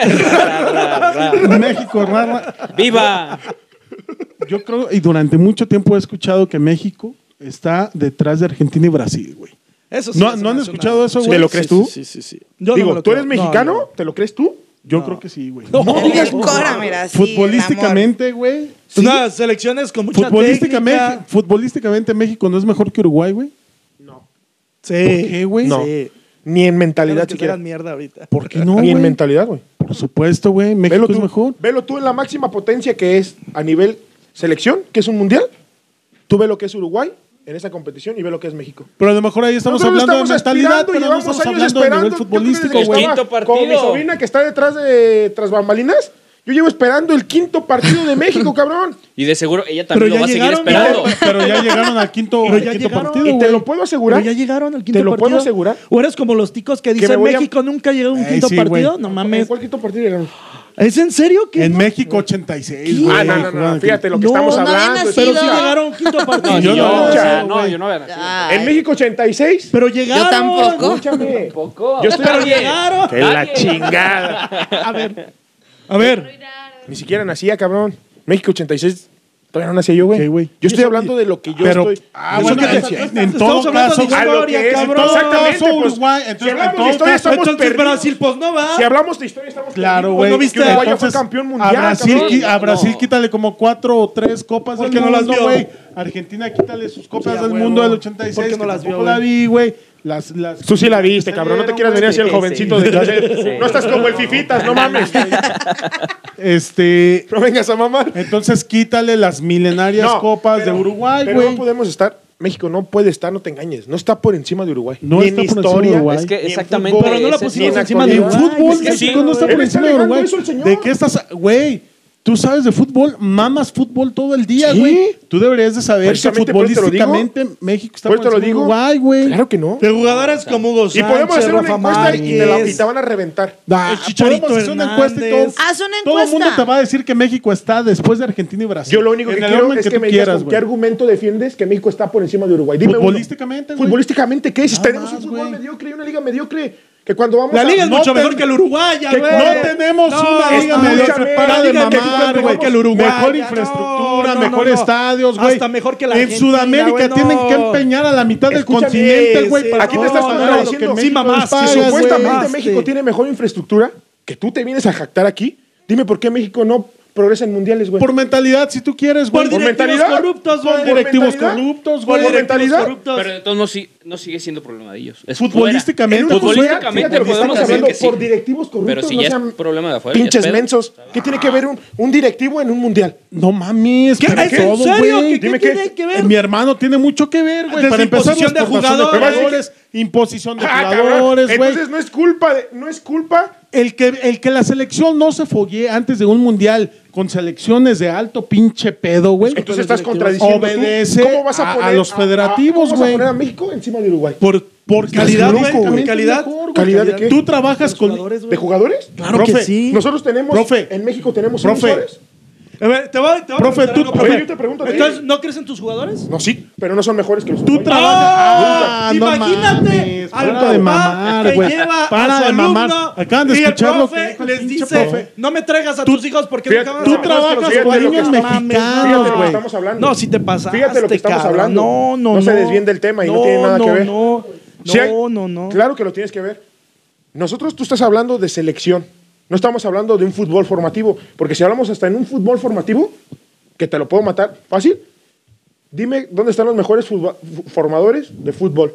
México, rara. ¡Viva! Yo creo, y durante mucho tiempo he escuchado que México está detrás de Argentina y Brasil, güey. Eso ¿No- se me no han hace escuchado una- eso, ¿Te güey? lo crees tú? Sí. Yo no Digo, me lo ¿tú creo. eres mexicano? No. ¿Te lo crees tú? Yo creo que sí, güey. En el Cora, mira, sí, Futbolísticamente, güey. sí. Unas selecciones con mucha técnica. Futbolísticamente México no es mejor que Uruguay, güey. Sí. ¿Por qué, güey? No. Sí. Ni en mentalidad Que siquiera. eran mierda ahorita. ¿Por qué no, Ni en güey? mentalidad, güey. Por supuesto, güey. México Velo es tú, mejor. velo tú en la máxima potencia que es a nivel selección, que es un mundial. Tú ve lo que es Uruguay en esa competición y ve lo que es México. Pero a lo mejor ahí estamos Nosotros hablando de estamos mentalidad, aspirando y pero no llevamos estamos años hablando de esperando. nivel futbolístico, Yo güey. Quinto partido. Como mi sobrina que está detrás de tras bambalinas, yo llevo esperando el quinto partido de México, cabrón. Y de seguro ella también Pero lo va a ya seguir llegaron, esperando. Pero ya llegaron al quinto, Pero ya al quinto llegaron. partido, Y te güey. lo puedo asegurar. Pero ya llegaron al quinto ¿Te lo partido. puedo asegurar? ¿O eres como los ticos que me dicen voy a- México nunca llegó a un Ey, quinto sí, partido? güey. No ¿En mames. cuál quinto partido llegaron? ¿Es en serio que En no? México 86, ¿Qué? güey. Ah, no. Fíjate lo que No, estamos no había hablando. nacido. Pero sí No. llegaron a un quinto partido. No, yo yo, no, no, güey. yo no había nacido. En México 86. Pero llegaron. Yo tampoco. Escúchame. Poco. Yo estoy Pero hablando- llegaron. Que la chingada. A ver. Ni siquiera nacía, cabrón. México 86. Todavía no nacía yo, güey. Ok, güey. Yo estoy hablando de lo que yo Pero, estoy. bueno, de su en creencia. todo Estamos hablando caso, de A lo que es, cabrón. exactamente, Todo pues, Uruguay, si entonces, hablamos en todo de historia, caso- estamos Entonces perdidos. Brasil, pues no va. Si hablamos de historia, estamos Claro, perdidos. güey. ¿No viste? Que Uruguay ya fue Entonces, campeón mundial, A Brasil, cabrón. a Brasil No. quítale como 4 o 3 copas ¿Por del qué no las mundo, vio? güey. Argentina quítale sus copas Sí, a del huevo. mundo del 86. ¿Por qué no que las vio, tampoco la güey? vi, güey. Tú sí la viste, cabrón. No te quieras venir así el Sí, jovencito sí. de clase. Sí. No estás como el Fifitas, no mames. Este, No vengas a mamar. entonces quítale las milenarias No, copas pero- de Uruguay, Pero güey. no podemos estar. México no puede estar, no te engañes. No está por encima de Uruguay. No Ni está en por encima de historia. Uruguay. Es que ni en exactamente. fútbol. Pero no la ese es pusimos ni en encima de En actualidad. Uruguay. fútbol, Es que México sí, no está güey. por Él está encima de alegando Uruguay. eso el señor. ¿De qué estás? Güey, tú sabes de fútbol, mamas fútbol todo el día, Sí. güey. Tú deberías de saber que Precisamente por eso te lo digo. futbolísticamente México está Por por eso te lo encima de digo. Uruguay, güey. Claro que no. De jugadores como Hugo Sánchez, Y podemos hacer una Rafa encuesta y te van a reventar. Ah, El Chicharito podemos hacer una encuesta y todo. Hernández. Haz una Todo el mundo encuesta. te va a decir que México está después de Argentina y Brasil. Yo lo único que En el quiero orden es que tú me digas quieras, con qué güey. argumento defiendes que México está por encima de Uruguay. Dime uno. Futbolísticamente, güey. Futbolísticamente, ¿qué es? Nada Tenemos más, un fútbol güey. mediocre y una liga mediocre. Que cuando vamos La a... liga es no mucho te- mejor que el Uruguay, ya, que güey. No tenemos No, una liga escúchame, mediocre para la de liga que mamar, juega mejor güey. que el Uruguay, Mejor ya, infraestructura, no, mejor no. estadios, güey. Hasta mejor que la En Argentina, Sudamérica güey, no. tienen que empeñar a la mitad del Escúchame, continente, güey. sí, para aquí te estás pagar contradiciendo. lo que Sí, México mamá, les sí, paga, Si güey. supuestamente Más, México sí. tiene mejor infraestructura, que tú te vienes a jactar aquí, dime por qué México no progresa en mundiales, güey? Por mentalidad, si tú quieres, güey. Por directivos mentalidad. corruptos, Por güey. directivos mentalidad. corruptos, Por güey. mentalidad. Pero de todos no sigue siendo problema de ellos. Es Futbolísticamente, fuera. pues, Futbolísticamente Fíjate lo que podemos estamos decir hablando que sí. por directivos corruptos. Pero si no ya sean es problema de afuera. ya es pinches pedo. mensos. ¿Qué tiene que ver un directivo en un mundial? No mames, ¿Qué? pero ¿Es en todo, serio? güey. ¿Qué Dime tiene qué. que ver? Mi hermano tiene mucho que ver, güey. Desde Para empezar, imposición de exportación jugadores. imposición de Ah, cabrón. jugadores, güey. Entonces no es culpa. El que la selección no se foguee antes de un mundial con selecciones de alto pinche pedo, güey. Entonces estás contradiciendo. tú. Obedece ¿Cómo vas a a poner los federativos, ¿cómo vas güey. a poner a México encima de Uruguay? Por calidad, güey, loco, por calidad. mejor, güey. ¿Calidad de qué? Tú trabajas con... Jugadores, güey. ¿De jugadores? Claro Profe, que sí. Nosotros tenemos, Profe. en México tenemos Profe. inversores. A ver, te voy a Profe, preguntar tú- algo, a ver, profe. yo te pregunto a ti. Entonces, ¿no crees en tus jugadores? No, sí, pero no son mejores que los Tú uruguayos. trabajas... ¡Ah! no Imagínate mames, al para papá de mamar, que güey. lleva Para a su de mamar. alumno Acaban de y el escuchar lo profe que dijo el les pinche dice, profe. no me traigas a tus hijos porque fíjate, nunca van a tú ser mejores que los trabajas con uruguayos. niños No mames, mexicanos, Fíjate lo que güey. estamos hablando. No, si te pasaste, Fíjate lo que estamos cabrón. hablando. No se desvíen del tema y no tiene nada que ver. Si hay- No. Claro que lo tienes que ver. Tú estás hablando de selección. No estamos hablando de un fútbol formativo. Porque si hablamos hasta en un fútbol formativo, que te lo puedo matar fácil, dime dónde están los mejores formadores de fútbol.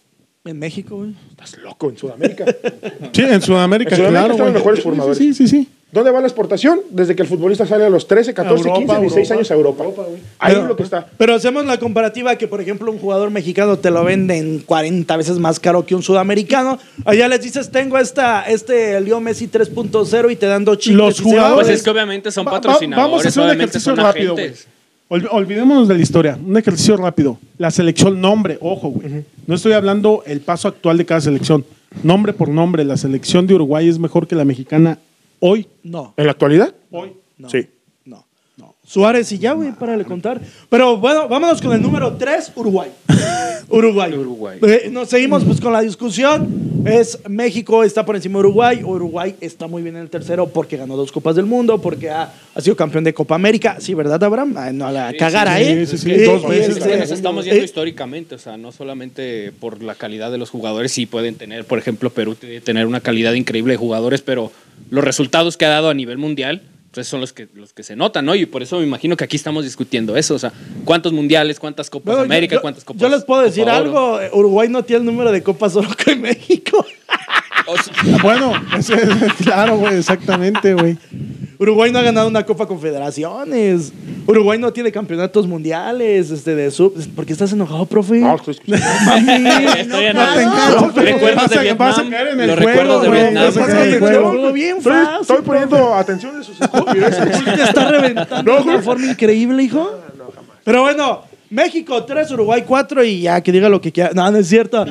En México, güey. Estás loco, en Sudamérica. Sí, en Sudamérica, En Sudamérica claro, están güey. los mejores formadores. Sí. ¿Dónde va la exportación? Desde que el futbolista sale a los 13, 14, Europa, 15, 16 Europa. años a Europa. Ahí Pero- es lo que está. Pero hacemos la comparativa que, por ejemplo, un jugador mexicano te lo venden 40 veces más caro que un sudamericano. Allá les dices, tengo este Leo Messi 3.0 y te dan 2 chicles. Los y se jugadores- va, Pues güey. es que obviamente son Vamos patrocinadores. a hacer un obviamente ejercicio son rápido, güey. agentes. Olvidémonos de la historia. Un ejercicio rápido. La selección, nombre, ojo, güey. No estoy hablando el paso actual de cada selección. Nombre por nombre, la selección de Uruguay es mejor que la mexicana hoy. No, ¿En la actualidad? Hoy. no. Sí. No. Suárez y ya, güey, para le contar. Pero bueno, vámonos con el número 3, Uruguay. Uruguay. Nos seguimos pues con la discusión. Es México está por encima de Uruguay. Uruguay está muy bien en el tercero porque ganó 2 Copas del Mundo, porque ha sido campeón de Copa América. Sí, ¿verdad, Abraham? Ay, no la cagara, sí, ¿eh? sí, sí, Y- dos y veces. Es que nos estamos yendo eh, históricamente, o sea, no solamente por la calidad de los jugadores, sí pueden tener, por ejemplo, Perú tiene tener una calidad increíble de jugadores, pero los resultados que ha dado a nivel mundial, pues son los que se notan, ¿no? Y por eso me imagino que aquí estamos discutiendo eso, o sea, ¿cuántos mundiales, cuántas Copas Bueno, América, cuántas Copas? yo les puedo decir Copa Oro? algo. Uruguay no tiene el número de Copas solo que México. O sea, Bueno, claro, güey, exactamente, güey. Uruguay no ha ganado una Copa Confederaciones. Uruguay no tiene campeonatos mundiales de sub. ¿Por qué estás enojado, profe? No, estoy escuchando. estoy en No te encanto, güey. recuerdos de Vas a Vietnam, caer en el los juego, recuerdos de güey. Vietnam. Vas a caer en el juego. Bien Estoy fácil. poniendo atención de sus estupideces. Te está reventando de una forma increíble, hijo. Pero bueno, México 3, Uruguay 4 y ya que diga lo que quiera. No, no es cierto.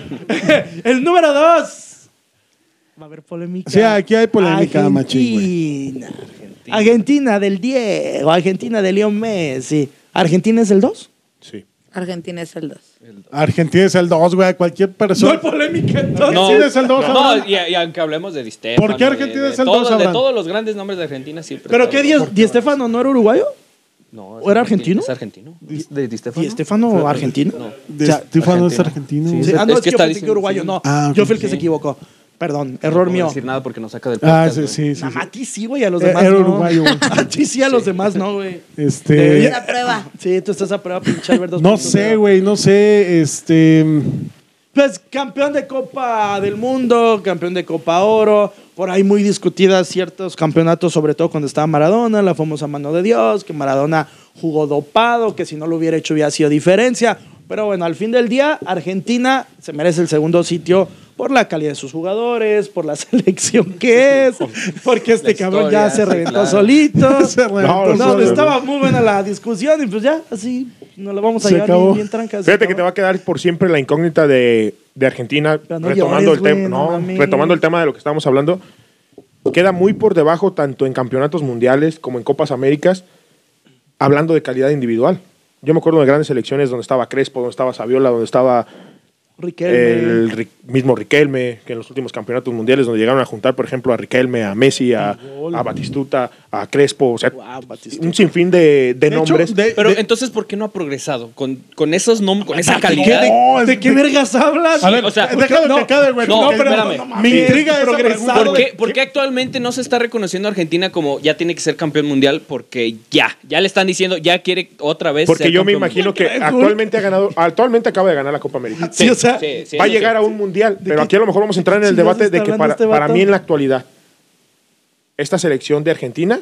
El número 2. Va a haber polémica. Sí, aquí hay polémica, machín, Argentina. Argentina del Diego. Argentina de Leo Messi. ¿Argentina es el 2? Sí. Argentina es el 2. Argentina es el 2, güey. Cualquier No hay persona. polémica entonces. No, Argentina es el 2, no, Abraham. y aunque hablemos de Di Stéfano, ¿Por qué Argentina de es el todos- 2, De Abraham? todos los grandes nombres de Argentina siempre. ¿Pero está qué el dos. Di Stéfano no era uruguayo? No, ¿O era argentino? Es argentino. ¿De Di Stéfano? ¿Di Stéfano argentino? No. De O sea, Stefano es Argentina. argentino. Sí, güey. ah, no, Es es que que yo está pensé que diciendo- uruguayo, sí. no. Ah, Yo ok, fui el que sí. se equivocó. Perdón, No error puedo mío. decir nada porque nos saca del Ah, podcast, sí, güey. sí, sí. Nada sí. más a ti sí, güey, a los demás Era no. uruguayo, güey. A ti sí, a los demás no, güey. Este. La prueba. Sí, tú estás a prueba, pinche Alberto. No sé, güey, no sé. Pues campeón de Copa del Mundo, campeón de Copa Oro, por ahí muy discutidas ciertos campeonatos, sobre todo cuando estaba Maradona, la famosa mano de Dios, que Maradona jugó dopado, que si no lo hubiera hecho hubiera sido diferencia. Pero bueno, al fin del día, Argentina se merece el segundo sitio por la calidad de sus jugadores, por la selección que es, porque este La cabrón ya historia, se sí, reventó claro. solito. Se reventó No, solo. estaba muy buena la discusión y pues ya, así nos la vamos a Se llevar acabó. bien, bien trancas. Fíjate que te va a quedar por siempre la incógnita de Argentina, Pero no retomando llores, el tema, güey, no mames. retomando el tema de lo que estamos hablando. Queda muy por debajo tanto en campeonatos mundiales como en Copas Américas, hablando de calidad individual. Yo me acuerdo de grandes selecciones donde estaba Crespo, donde estaba Saviola, donde estaba Riquelme. Mismo Riquelme, que en los últimos campeonatos mundiales donde llegaron a juntar, por ejemplo, a Riquelme, a Messi, a Batistuta, a Crespo, o sea, un sinfín de nombres. Pero entonces, ¿por qué no ha progresado? Con esos nombres, con esa calidad. ¿De qué vergas hablas? A ver, o sea, déjalo que acabe, güey. no, pero espérame. me intriga esa pregunta. ¿Por qué actualmente no se está reconociendo a Argentina como ya tiene que ser campeón mundial? Porque ya le están diciendo, ya quiere otra vez Porque ser yo me campeón imagino mundial. que actualmente acaba de ganar la Copa América. Sí, o sea, Sí, Va a eso llegar a un mundial, pero aquí a lo mejor vamos a entrar en el debate de que para mí en la actualidad, esta selección de Argentina,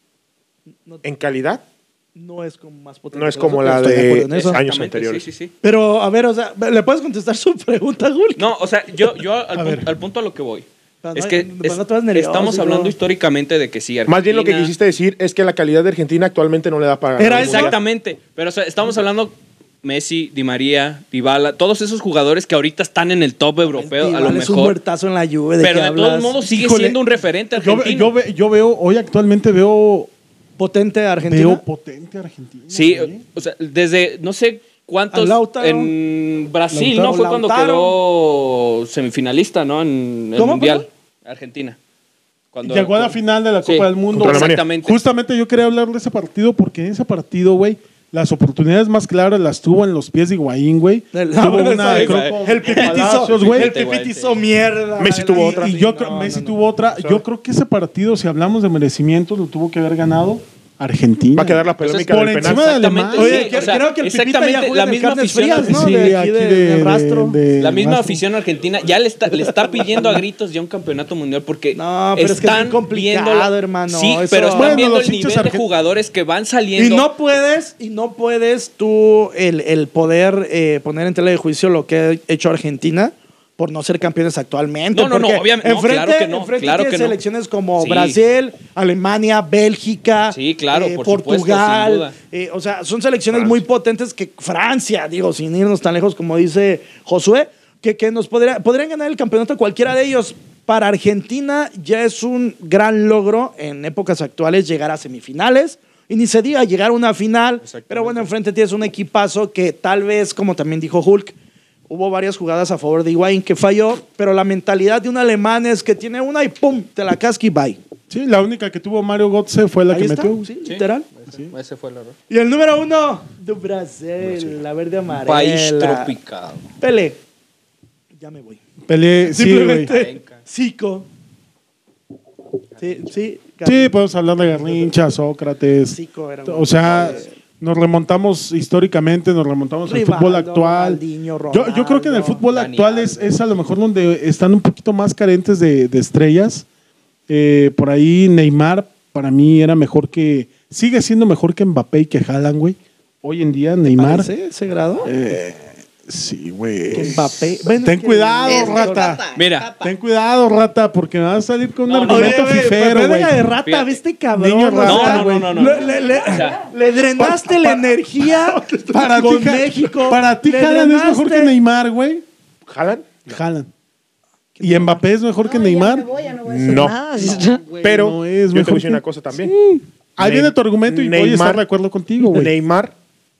en calidad, no es como más potente. no es que como las la otras, estoy de acuerdo en eso. años Exactamente, anteriores. Sí. Pero, a ver, o sea, ¿le puedes contestar su pregunta, Gul? No, o sea, yo al punto a lo que voy. Pero Es no, que pero no te vas nervioso, estamos hijo. hablando históricamente de que sí, Argentina... Más bien lo que quisiste decir es que la calidad de Argentina actualmente no le da para ganar Era el mundial. Exactamente. Pero o sea, estamos hablando Messi, Di María, Dybala, todos esos jugadores que ahorita están en el top europeo, a lo Es un mejor. muertazo en la Juve. ¿De Pero qué de todos hablas? modos sigue Híjole, siendo un referente argentino. Yo veo, hoy actualmente veo Potente Argentina. Veo potente a Argentina. Sí, güey. o sea, desde no sé cuántos A Lautaro. en Brasil, Lautaro. ¿no? Fue cuando Lautaro. quedó semifinalista, ¿no? En el ¿Cómo, Mundial. Argentina. Cuando, Llegó a la final de la Sí, Copa del Mundo. contra Alemania. Exactamente. Justamente yo quería hablar de ese partido porque en ese partido, güey, las oportunidades más claras las tuvo en los pies de Higuaín, güey. Tuvo una, el creo, con Pipiti Palacios, hizo, güey. el Pipiti hizo mierda. Messi tuvo otra. Y yo creo, Messi tuvo otra. Yo creo que ese partido, si hablamos de merecimientos, lo tuvo que haber ganado Argentina. Va a quedar la polémica por del encima penal. de Alemania. Exactamente, Oye, sí, o sea, creo que el Pipita exactamente ya juega la en el misma Carnes afición Frías, ¿no? Sí, De aquí de Rastro. La misma Rastro. afición argentina ya le está pidiendo a gritos ya un campeonato mundial porque No, pero es que es están muy complicado, viendo hermano. Sí, Eso- pero están Bueno, viendo los el hinchas nivel de jugadores que van saliendo. Y no puedes tú el poder poner en tela de juicio lo que ha hecho Argentina por no ser campeones actualmente. No, porque obviamente, no, enfrente, claro que no, enfrente claro tienes que no. selecciones como Sí. Brasil, Alemania, Bélgica, Sí, claro, por Portugal. supuesto, sin O sea, son selecciones muy potentes que Francia, digo, sin irnos tan lejos como dice Josué, que nos podrían ganar el campeonato cualquiera de ellos. Para Argentina ya es un gran logro en épocas actuales llegar a semifinales. Y ni se diga llegar a una final. Pero bueno, enfrente tienes un equipazo que tal vez, como también dijo Hulk, hubo varias jugadas a favor de Higuaín que falló, pero la mentalidad de un alemán es que tiene una y ¡pum! Te la casca y bye. Sí, la única que tuvo Mario Götze fue la Ahí que está, metió. sí, literal. Ese fue el error. Y el número 1 de Brasil, la verde amarela. País tropical. Pele. Ya me voy. Pelé, sí, güey. Simplemente Zico. Sí. Sí, podemos hablar de Garrincha, Sócrates. Zico era un- O sea, nos remontamos históricamente, nos remontamos al Rivaldo, fútbol actual. Ronaldinho, Yo creo que en el Ronaldo, fútbol Dani actual es a lo mejor donde están un poquito más carentes de estrellas. Por ahí Neymar para mí era mejor que... Sigue siendo mejor que Mbappé y que Haaland, güey. Hoy en día Neymar... ¿Parece ese grado? Sí, güey. Que Mbappé. Bueno, Ten que- cuidado, rata. Mira, Ten cuidado, rata, porque me vas a salir con un No, argumento Oye, fifero, Pepe, güey. venga de rata, Fíjate. ¿viste, cabrón? Niño O sea, rata, güey. no. sea, Le drenaste la energía Para con ti, México. Para ti, Le Haaland es mejor que drenaste- Neymar, güey. ¿Jalan? Haaland. ¿Y Mbappé es mejor que Neymar? No. Pero no yo es te voy a mejor decir que- una cosa también. Ahí viene tu argumento y voy a estar de acuerdo contigo, güey. Neymar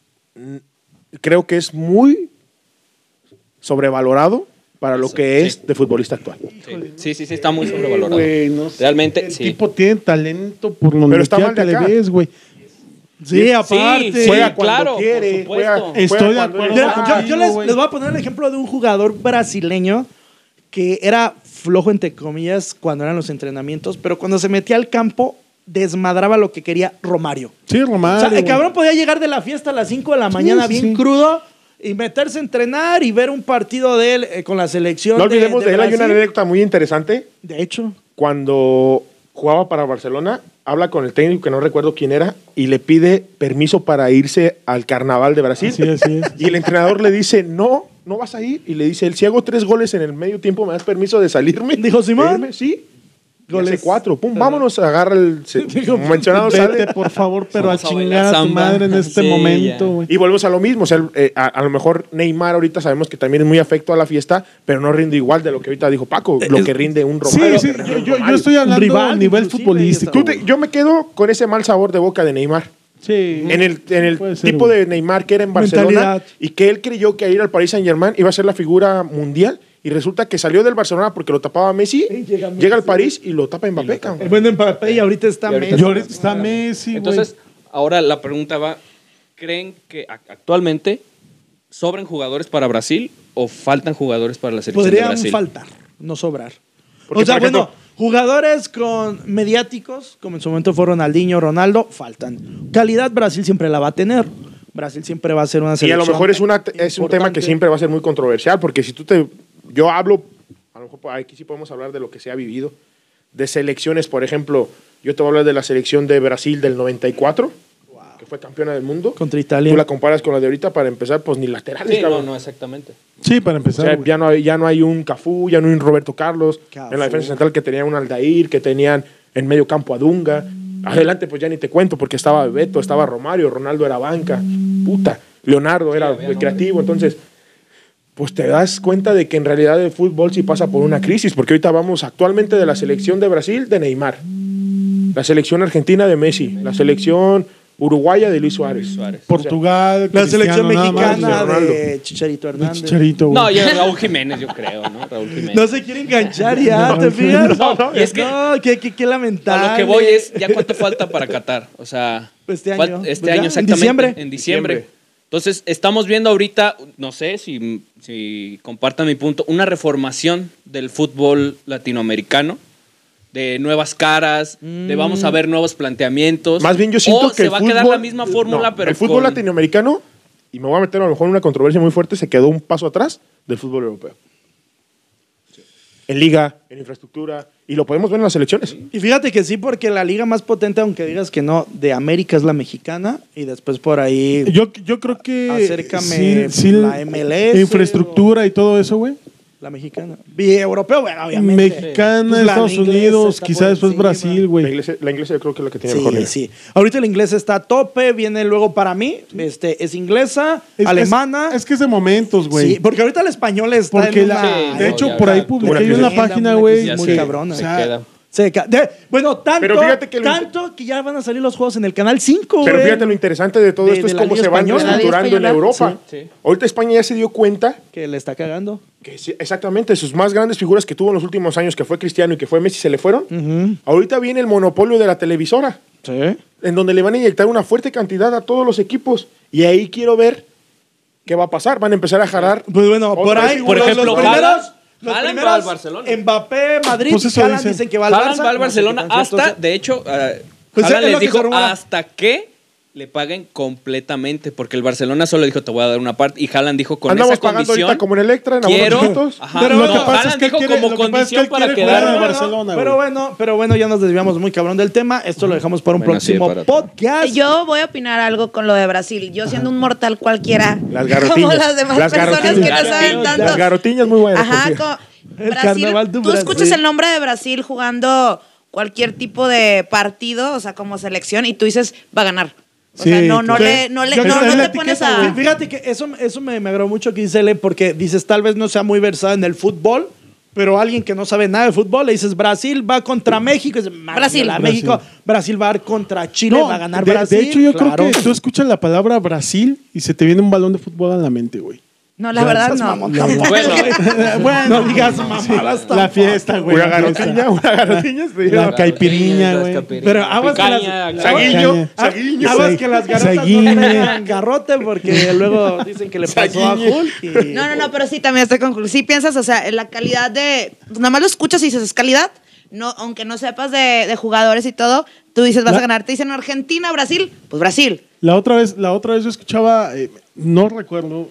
creo que es muy sobrevalorado para lo que es de futbolista actual. sí, está muy sobrevalorado. Güey, no sé. Realmente, El sí. tipo tiene talento por donde Pero está quiera mal de que le acá. ves, güey. Sí, aparte. Sí, Juega cuando claro, quiere, por supuesto. juega Estoy de cuando acuerdo él Mira, está. yo les voy a poner el ejemplo de un jugador brasileño que era flojo, entre comillas, cuando eran los entrenamientos, pero cuando se metía al campo, desmadraba lo que quería Romario. Sí, Romario. O sea, el güey. cabrón podía llegar de la fiesta a las 5 de la mañana sí, bien sí. crudo y meterse a entrenar y ver un partido de él con la selección. No olvidemos de él, hay una Brasil. anécdota muy interesante. De hecho, Cuando jugaba para Barcelona, habla con el técnico, que no recuerdo quién era, y le pide permiso para irse al Carnaval de Brasil. Sí, así es. Y el entrenador le dice, no vas a ir. Y le dice, él, si hago 3 goles en el medio tiempo, ¿me das permiso de salirme? Dijo, Simón. De irme? Sí. Goles. Goles 4. Pum, vámonos, agarra el mencionado, sale. Vete, por favor, pero a Vamos a chingar bailar a tu samba. madre en este Sí, momento, ya. güey. Y volvemos a lo mismo. O sea, a lo mejor Neymar ahorita sabemos que también es muy afecto a la fiesta, pero no rinde igual de lo que ahorita dijo Paco, lo que rinde un Sí, Romario. sí, lo que rinde un yo Romario. estoy hablando rival, a nivel inclusive, futbolístico. Yo me quedo con ese mal sabor de boca de Neymar. Sí. En el Puede ser, tipo güey. de Neymar que era en Barcelona Mentalidad. y que él creyó que a ir al Paris Saint-Germain iba a ser la figura mundial y resulta que salió del Barcelona porque lo tapaba Messi, Y llega llega al Messi. París y lo tapa Mbappé, cabrón. El buen Mbappé y ahorita está Y ahorita Messi. Y ahorita está Messi, güey. Entonces, ahora la pregunta va, ¿creen que actualmente sobran jugadores para Brasil o faltan jugadores para la selección de Podrían Brasil? faltar, no sobrar. Porque, O sea, por ejemplo, bueno, jugadores con mediáticos, como en su momento fue Ronaldinho, Ronaldo, faltan. Calidad Brasil siempre la va a tener. Brasil siempre va a ser una Y a selección. lo mejor es un tema importante. que siempre va a ser muy controversial, porque si yo hablo, a lo mejor aquí sí podemos hablar de lo que se ha vivido, de selecciones, por ejemplo, yo te voy a hablar de la selección de Brasil del 94, que fue campeona del mundo. Contra Italia. Tú la comparas con la de ahorita, para empezar, pues ni laterales, Sí, no, cabrón. no, exactamente. Sí, para O empezar. sea, güey. ya no hay un Cafú, ya no hay un Roberto Carlos. Cafú. En la defensa central que tenía un Aldair, que tenían en medio campo a Dunga. Adelante, pues ya ni te cuento, porque estaba Bebeto, estaba Romario, Ronaldo era banca. Puta. Leonardo era había creativo. Entonces, pues te das cuenta de que en realidad el fútbol sí pasa por una crisis, porque ahorita vamos actualmente de la selección de Brasil de Neymar, la selección argentina de Messi, la selección uruguaya de Luis Suárez. Portugal, La selección Cristiano, nada más, mexicana Ronaldo. de Chicharito de Hernández. Chicharito, güey. No, ya Raúl Jiménez, yo creo, ¿no? Raúl Jiménez. No se quiere enganchar ya, ¿te fijas? y es que- No, qué lamentable. A lo que voy es, ¿ya cuánto falta para Qatar? O sea, Este año. este Pues ya, año en exactamente. diciembre. En diciembre. Entonces, estamos viendo ahorita, no sé si compartan mi punto, una reformación del fútbol latinoamericano, de nuevas caras, de vamos a ver nuevos planteamientos. Más bien yo siento o que se el va a quedar fútbol- la misma fórmula, no, pero el fútbol con- latinoamericano, y me voy a meter a lo mejor en una controversia muy fuerte, se quedó un paso atrás del fútbol europeo. En liga, en infraestructura, y lo podemos ver en las elecciones. Y fíjate que sí, porque la liga más potente, aunque digas que no, de América es la mexicana y después por ahí Yo creo que Acércame la MLS infraestructura y todo eso, güey. la mexicana. Y europeo, bueno, obviamente. Mexicana, Pues la Estados inglesa Unidos, está quizás por después encima. Brasil, La güey. inglesa yo creo que es la que tiene mejor Sí, liga. sí. Ahorita la inglesa está a tope, viene luego para mí, es inglesa, alemana. Es que es de momentos, güey. Sí, porque ahorita el español está Porque en la, una... Sí, de no, hecho, ya, por ahí ya, publiqué una yo en la crisis. página, Una güey. crisis que- muy cabrona. o Se sea, queda. Bueno, tanto, Pero fíjate que tanto que ya van a salir los juegos en el Canal 5, Pero güey. fíjate lo interesante de todo De- esto de es la cómo Liga se van Española. reestructurando en ¿La Liga Europa. Sí, sí. Ahorita España ya se dio cuenta Que le está cagando. que sí, exactamente sus más grandes figuras que tuvo en los últimos años, que fue Cristiano y que fue Messi, se le fueron. Ahorita viene el monopolio de la televisora, Sí. en donde le van a inyectar una fuerte cantidad a todos los equipos. Y ahí quiero ver qué va a pasar. Van a empezar a jalar. Pues bueno, por Otras ahí, figuras. Por ejemplo, los primeros, Haaland va al Barcelona. Mbappé, Madrid, Pues y eso Haaland dicen. dicen que va al Haaland Barça. va al No sé Barcelona qué tan cierto hasta, sea. de hecho, Pues Haaland es lo les que dijo se rumora. hasta que le paguen completamente, porque el Barcelona solo dijo te voy a dar una parte y Haaland dijo con Andamos esa pagando condición ahorita como en Electra, en quiero, abonos chiquitos. ajá, Pero no, lo que pasa es Haaland que él dijo quiere- como lo que pasa es que condición él para quiere jugar quedar en en el el Barcelona, pero bueno, ya nos desviamos muy cabrón del tema. Esto lo dejamos para un Bueno, sí, próximo para- podcast. Yo voy a opinar algo con lo de Brasil. Yo siendo un mortal cualquiera, Las garotiñas. como las demás Las personas que garotiñas. no saben tanto. Las garotiñas muy buenas. Ajá, por cierto. El Brasil, carnaval de tú Brasil. escuchas el nombre de Brasil jugando cualquier tipo de partido, o sea, como selección, y tú dices, va a ganar. O Sí, sea, no claro. le Yo creo que es la te pones etiqueta, a... Fíjate que eso me agradó mucho que dice Ele, porque dices, tal vez no sea muy versado en el fútbol, pero alguien que no sabe nada de fútbol, le dices, Brasil va contra México. Y dices, Brasil. México. Brasil va a ir contra Chile, No, va a ganar de Brasil. hecho, yo Claro. creo que tú escuchas la palabra Brasil y se te viene un balón de fútbol a la mente, güey. No, la verdad Seas no. mamón, No, tampoco. Bueno, No digas mamadas La tampoco. fiesta, güey. Una la fiesta. garotiña, una garotiña. sí. La caipiriña, güey. Pero aguas que Picaña, las... Saguiño, Ah, Saguiño. aguas que las garotas Saguiño. no tengan garrote porque luego dicen que le pasó a Saguiño. Hulk. y- No, pero sí, también estoy con... Sí piensas, o sea, en la calidad de... Pues nada más lo escuchas y dices, es calidad. No, aunque no sepas de jugadores y todo, tú dices, vas a ganar. Te dicen Argentina, Brasil, pues Brasil. La otra vez yo escuchaba, no recuerdo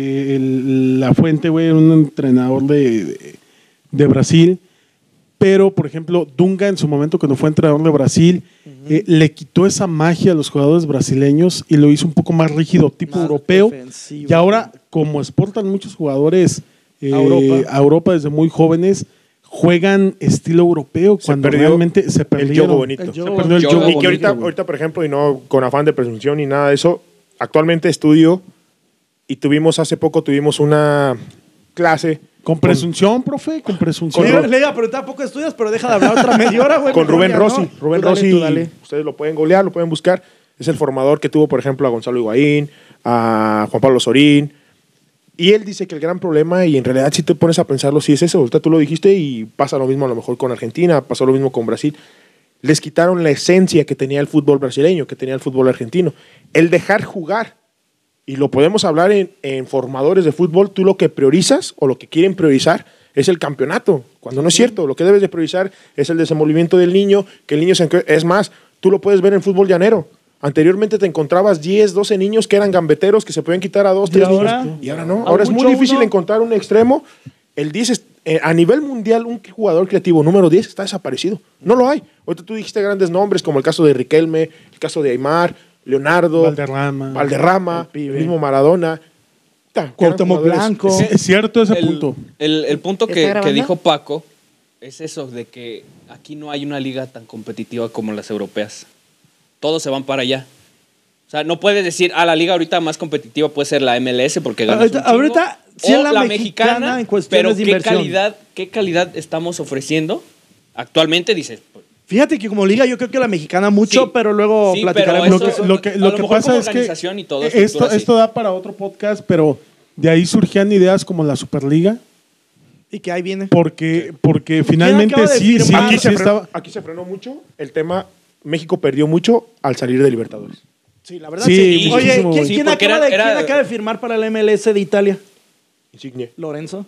la fuente, güey, un entrenador de Brasil, pero por ejemplo, Dunga en su momento cuando fue entrenador de Brasil, le quitó esa magia a los jugadores brasileños y lo hizo un poco más rígido, tipo Más europeo. defensivo. Y ahora, como exportan muchos jugadores A Europa. desde muy jóvenes, juegan estilo europeo cuando perdió realmente se El perdieron. yogo bonito. El Se yogo. perdió el Yogo yogo Y que bonito, ahorita, güey. ahorita, por ejemplo, y no con afán de presunción ni nada de eso, actualmente estudio y hace poco tuvimos una clase Con presunción, profe, con presunción. Le iba a preguntar, ¿poco estudias? Pero deja de hablar otra media hora, güey. con mejor Rubén ya, ¿no? Rossi. Rubén Tú dale, Rossi, tú dale. ustedes lo pueden googlear, lo pueden buscar. Es el formador que tuvo, por ejemplo, a Gonzalo Higuaín, a Juan Pablo Sorín. Y él dice que el gran problema, y en realidad si te pones a pensarlo, sí es eso. Ahorita tú lo dijiste y pasa lo mismo a lo mejor con Argentina, pasó lo mismo con Brasil. Les quitaron la esencia que tenía el fútbol brasileño, que tenía el fútbol argentino. El dejar jugar, y lo podemos hablar en formadores de fútbol, tú lo que priorizas o lo que quieren priorizar es el campeonato, cuando no es cierto. Lo que debes de priorizar es el desenvolvimiento del niño, que el niño es más, tú lo puedes ver en fútbol llanero. Anteriormente te encontrabas 10, 12 niños que eran gambeteros, que se podían quitar a 2, 3 niños. Y ahora no. Ahora es muy difícil encontrar un extremo. El 10 a nivel mundial, un jugador creativo número 10 está desaparecido. No lo hay. Ahorita tú dijiste grandes nombres como el caso de Riquelme, el caso de Aimar, Leonardo, Valderrama, el mismo Maradona. Cuauhtémoc Blanco. Es cierto ese punto. El punto ¿Está que grabando? dijo Paco es eso, de que aquí no hay una liga tan competitiva como las europeas. Todos se van para allá. O sea, no puedes decir, la liga ahorita más competitiva puede ser la MLS porque ganas un chingo, ahorita sí o es la mexicana en cuestiones pero de inversión. ¿qué calidad estamos ofreciendo? Actualmente dices, pues, Fíjate que como liga yo creo que la mexicana mucho, Sí. pero luego Sí, platicaremos. pero Lo que a lo mejor pasa como es que organización y todo, estructura, sí. esto da para otro podcast, pero de ahí surgían ideas como la Superliga, Y que ahí viene. porque finalmente acaba de sí firmar? estaba. Aquí se frenó mucho el tema. México perdió mucho al salir de Libertadores. Sí, la verdad Sí, sí. Oye, muchísimo, ¿quién, güey. quién porque acaba era- quién acaba de firmar para la MLS de Italia? Insigne. Lorenzo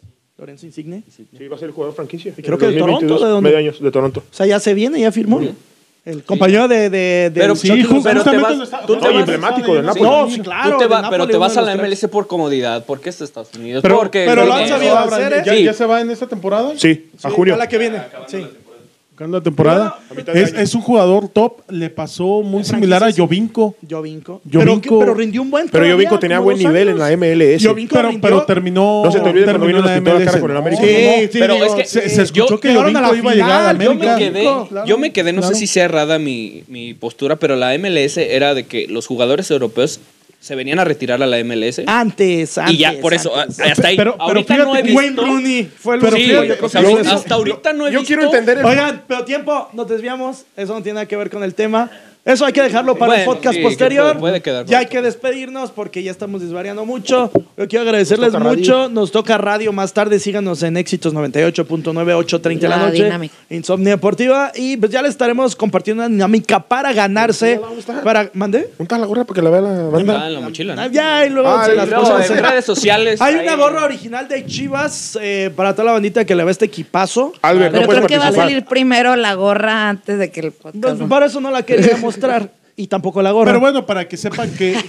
Insigne. Sí, va a ser el jugador franquicia. Creo En que de 2022, Toronto, ¿de dónde? medio años, de Toronto. O sea, ya se viene, ya firmó. El compañero de Pero Sí, Chucky justamente Lozano. te vas- lo está- tú te No, vas- emblemático del Sí, Napoli. No, sí, claro. Tú te de pero Napoli, te vas uno a de la los tres. MLS por comodidad, porque es Estados Unidos. Pero, porque pero lo han dinero. sabido hacer, ¿eh? ¿Ya se va en esta temporada? Sí, a Sí, junio. a la que viene. Sí. Buscando la temporada. A mitad de año. Es un jugador top. Le pasó muy similar a franquicia, sí. Jovinko. Jovinko. Jovinko- Pero rindió un buen Pero todavía, Jovinko tenía como buen 2 nivel en años. la MLS. Jovinko Pero rindió. terminó. No se te olvide cuando terminó vino y nos en pintó la cara MLS. con el América. Sí, Pero digo, es que Se escuchó yo- que llegaron a la Jovinko iba a llegar a la final, América. Yo me quedé, no claro. sé si sea errada mi postura, pero la MLS era de que los jugadores europeos se venían a retirar a la MLS. Antes. y ya, por eso, antes. hasta ahí. Pero ahorita fíjate no he que visto. Wayne Rooney fue el Pero único, Sí, yo fíjate, creo o sea, que ahorita- lo hasta ahorita no he Yo visto. quiero entender el... Oigan, pero tiempo, nos desviamos. Eso no tiene nada que ver con el tema. Eso hay que dejarlo para el Bueno, podcast sí, posterior. que puede quedar Ya hay por que despedirnos porque ya estamos desvariando mucho. Yo quiero agradecerles Nos toca mucho. radio. Nos toca radio más tarde. Síganos en Éxitos 98.9, 8:30 de la La noche. dinámica. Insomnia Deportiva. Y pues ya les estaremos compartiendo una dinámica para ganarse. ¿Dónde está? Para, ¿mandé? Unta la gorra para que la vea la Ah, banda. en la mochila, ¿no? Ya, y luego Ah, se y las Luego, ponemos en redes sociales. Hay ahí- una gorra original de Chivas para toda la bandita que le va este equipazo. Albert, no Pero puedes creo que va a participar. salir primero la gorra antes de que el podcast. Pues, ¿no? para eso no la quería mostrar. Y tampoco la gorra. Pero bueno, para que sepan que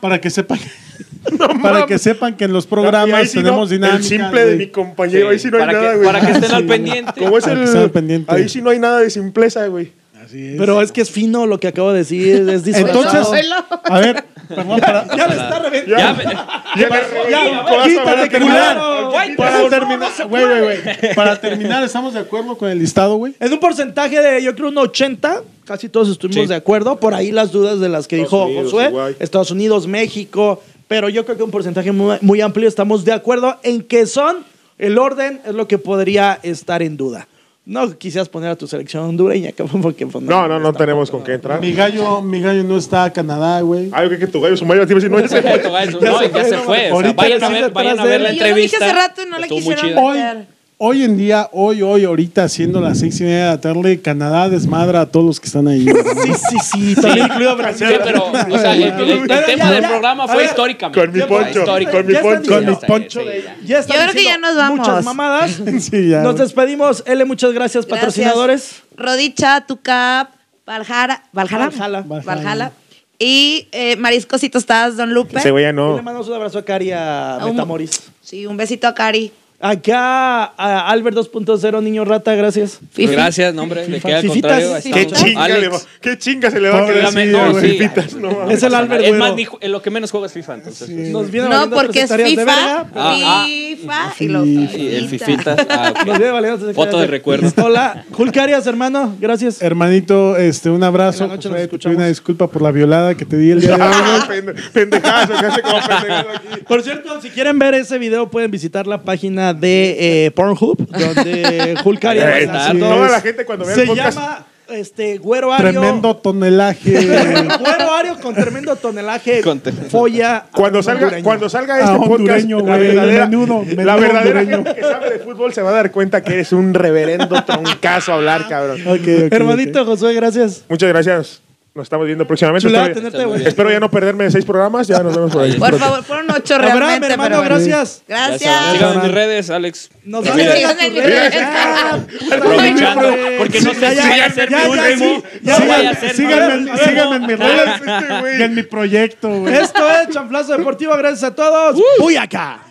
para que sepan que en los Y ahí programas sí no, tenemos dinámica. el simple de mi compañero, Sí, ahí sí no hay para nada, que- güey. para que estén al pendiente. Como es Para que estén al pendiente. Ahí sí no hay nada de simpleza, güey. Así es. Pero es que es fino lo que acabo de decir. Es disfrazado. Entonces, a ver, perdón, ya me está reventando. Ya me- para terminar, White para House, terminar, güey. Para terminar, ¿estamos de acuerdo con el listado, güey? En un porcentaje de, yo creo, un 80, casi todos estuvimos Sí. de acuerdo. Por ahí las dudas de las que dijo Estados Unidos, Josué. Uruguay. Estados Unidos, México. Pero yo creo que un porcentaje muy, muy amplio estamos de acuerdo en que son, el orden es lo que podría estar en duda. No quisieras poner a tu selección hondureña, cabrón, porque pues, No tenemos con qué entrar. Mi gallo no está a Canadá, güey. Ah, yo creo que tu gallo su mayor, te iba a decir, no, ya se fue. No, ya se fue. O sea, Ahorita vayan a casi ver, vayan a ver la detrás de él. Yo lo dije entrevista. hace rato y no la Estuvo muy quisieron chida. Hoy, meter. hoy en día, ahorita, siendo las 6:30 de la tarde, Canadá desmadra a todos los que están ahí. Sí, también incluido Brasil. Sí, pero, o sea, el Pero tema ya, del ya. programa A fue ver, históricamente. con mi poncho, Histórico. con mi Ya están poncho. diciendo- Con mi poncho. Ya están Yo creo que ya diciendo nos vamos. Muchas mamadas. Sí, ya. Nos despedimos. L, muchas gracias, Gracias. patrocinadores. Rodicha, Tucap, Valhalla. Valhalla. Y Mariscos y Tostadas, Don Lupe. Ese güey ya Y no. le mandamos un abrazo a Cari a Un- Metamoris. Sí, un besito a Cari. Acá a Albert 2.0, niño rata, gracias. Fifi. Gracias, no, hombre. De que al Fifitas. contrario. ahí Qué estamos. chinga, Alex. qué chinga se le va a Pobre, quedar. sí, no, güey. sí. Fifitas, no mames. Es el Albert Es más, Güero. en lo que menos juego es FIFA, entonces. Nos viene No, valiendo porque otras es hectáreas de FIFA, verga, pero- FIFA y los Y el Fifita. Ah, ok. Nos viene valiendo otras Foto hectáreas de recuerdo. Hola, Hulk Arias, hermano, gracias. Hermanito, un abrazo. En la noche nos Josué, te escuchamos. pido una disculpa por la violada que te di el día de hoy. Ah, pendejazo, que hace como pendejazo aquí. Por cierto, si quieren ver ese video, pueden visitar la página de Pornhub, donde Hulk Arias Ahí hace está. todo. Toda la gente cuando vea Se el podcast. llama Güero Ario. Tremendo tonelaje. Güero Ario con tremendo tonelaje. Folla. Cuando salga este podcast, hondureño, güey, la verdadera hondureño. gente que sabe de fútbol se va a dar cuenta que eres un reverendo troncazo a hablar, cabrón. Hermanito Josué, gracias. Muchas gracias. Nos estamos viendo próximamente. Chulada tenerte, güey. Espero ya no perderme 6 programas. Ya nos vemos por ahí. Por favor, fueron 8 Abraham, realmente. hermano, pero bueno. gracias. Gracias. Síganme en mis redes, Alex. Nos Sí, vemos mira. en las Síganme en mis redes. redes. Ah, puta Aprovechando, madre. porque no sé si vaya a ser mi último. ya, No vaya ya, a ser Síganme mi último. en mis redes y en mi proyecto, güey. Esto es Chanflazo Deportivo. Gracias a todos. ¡Uy, acá!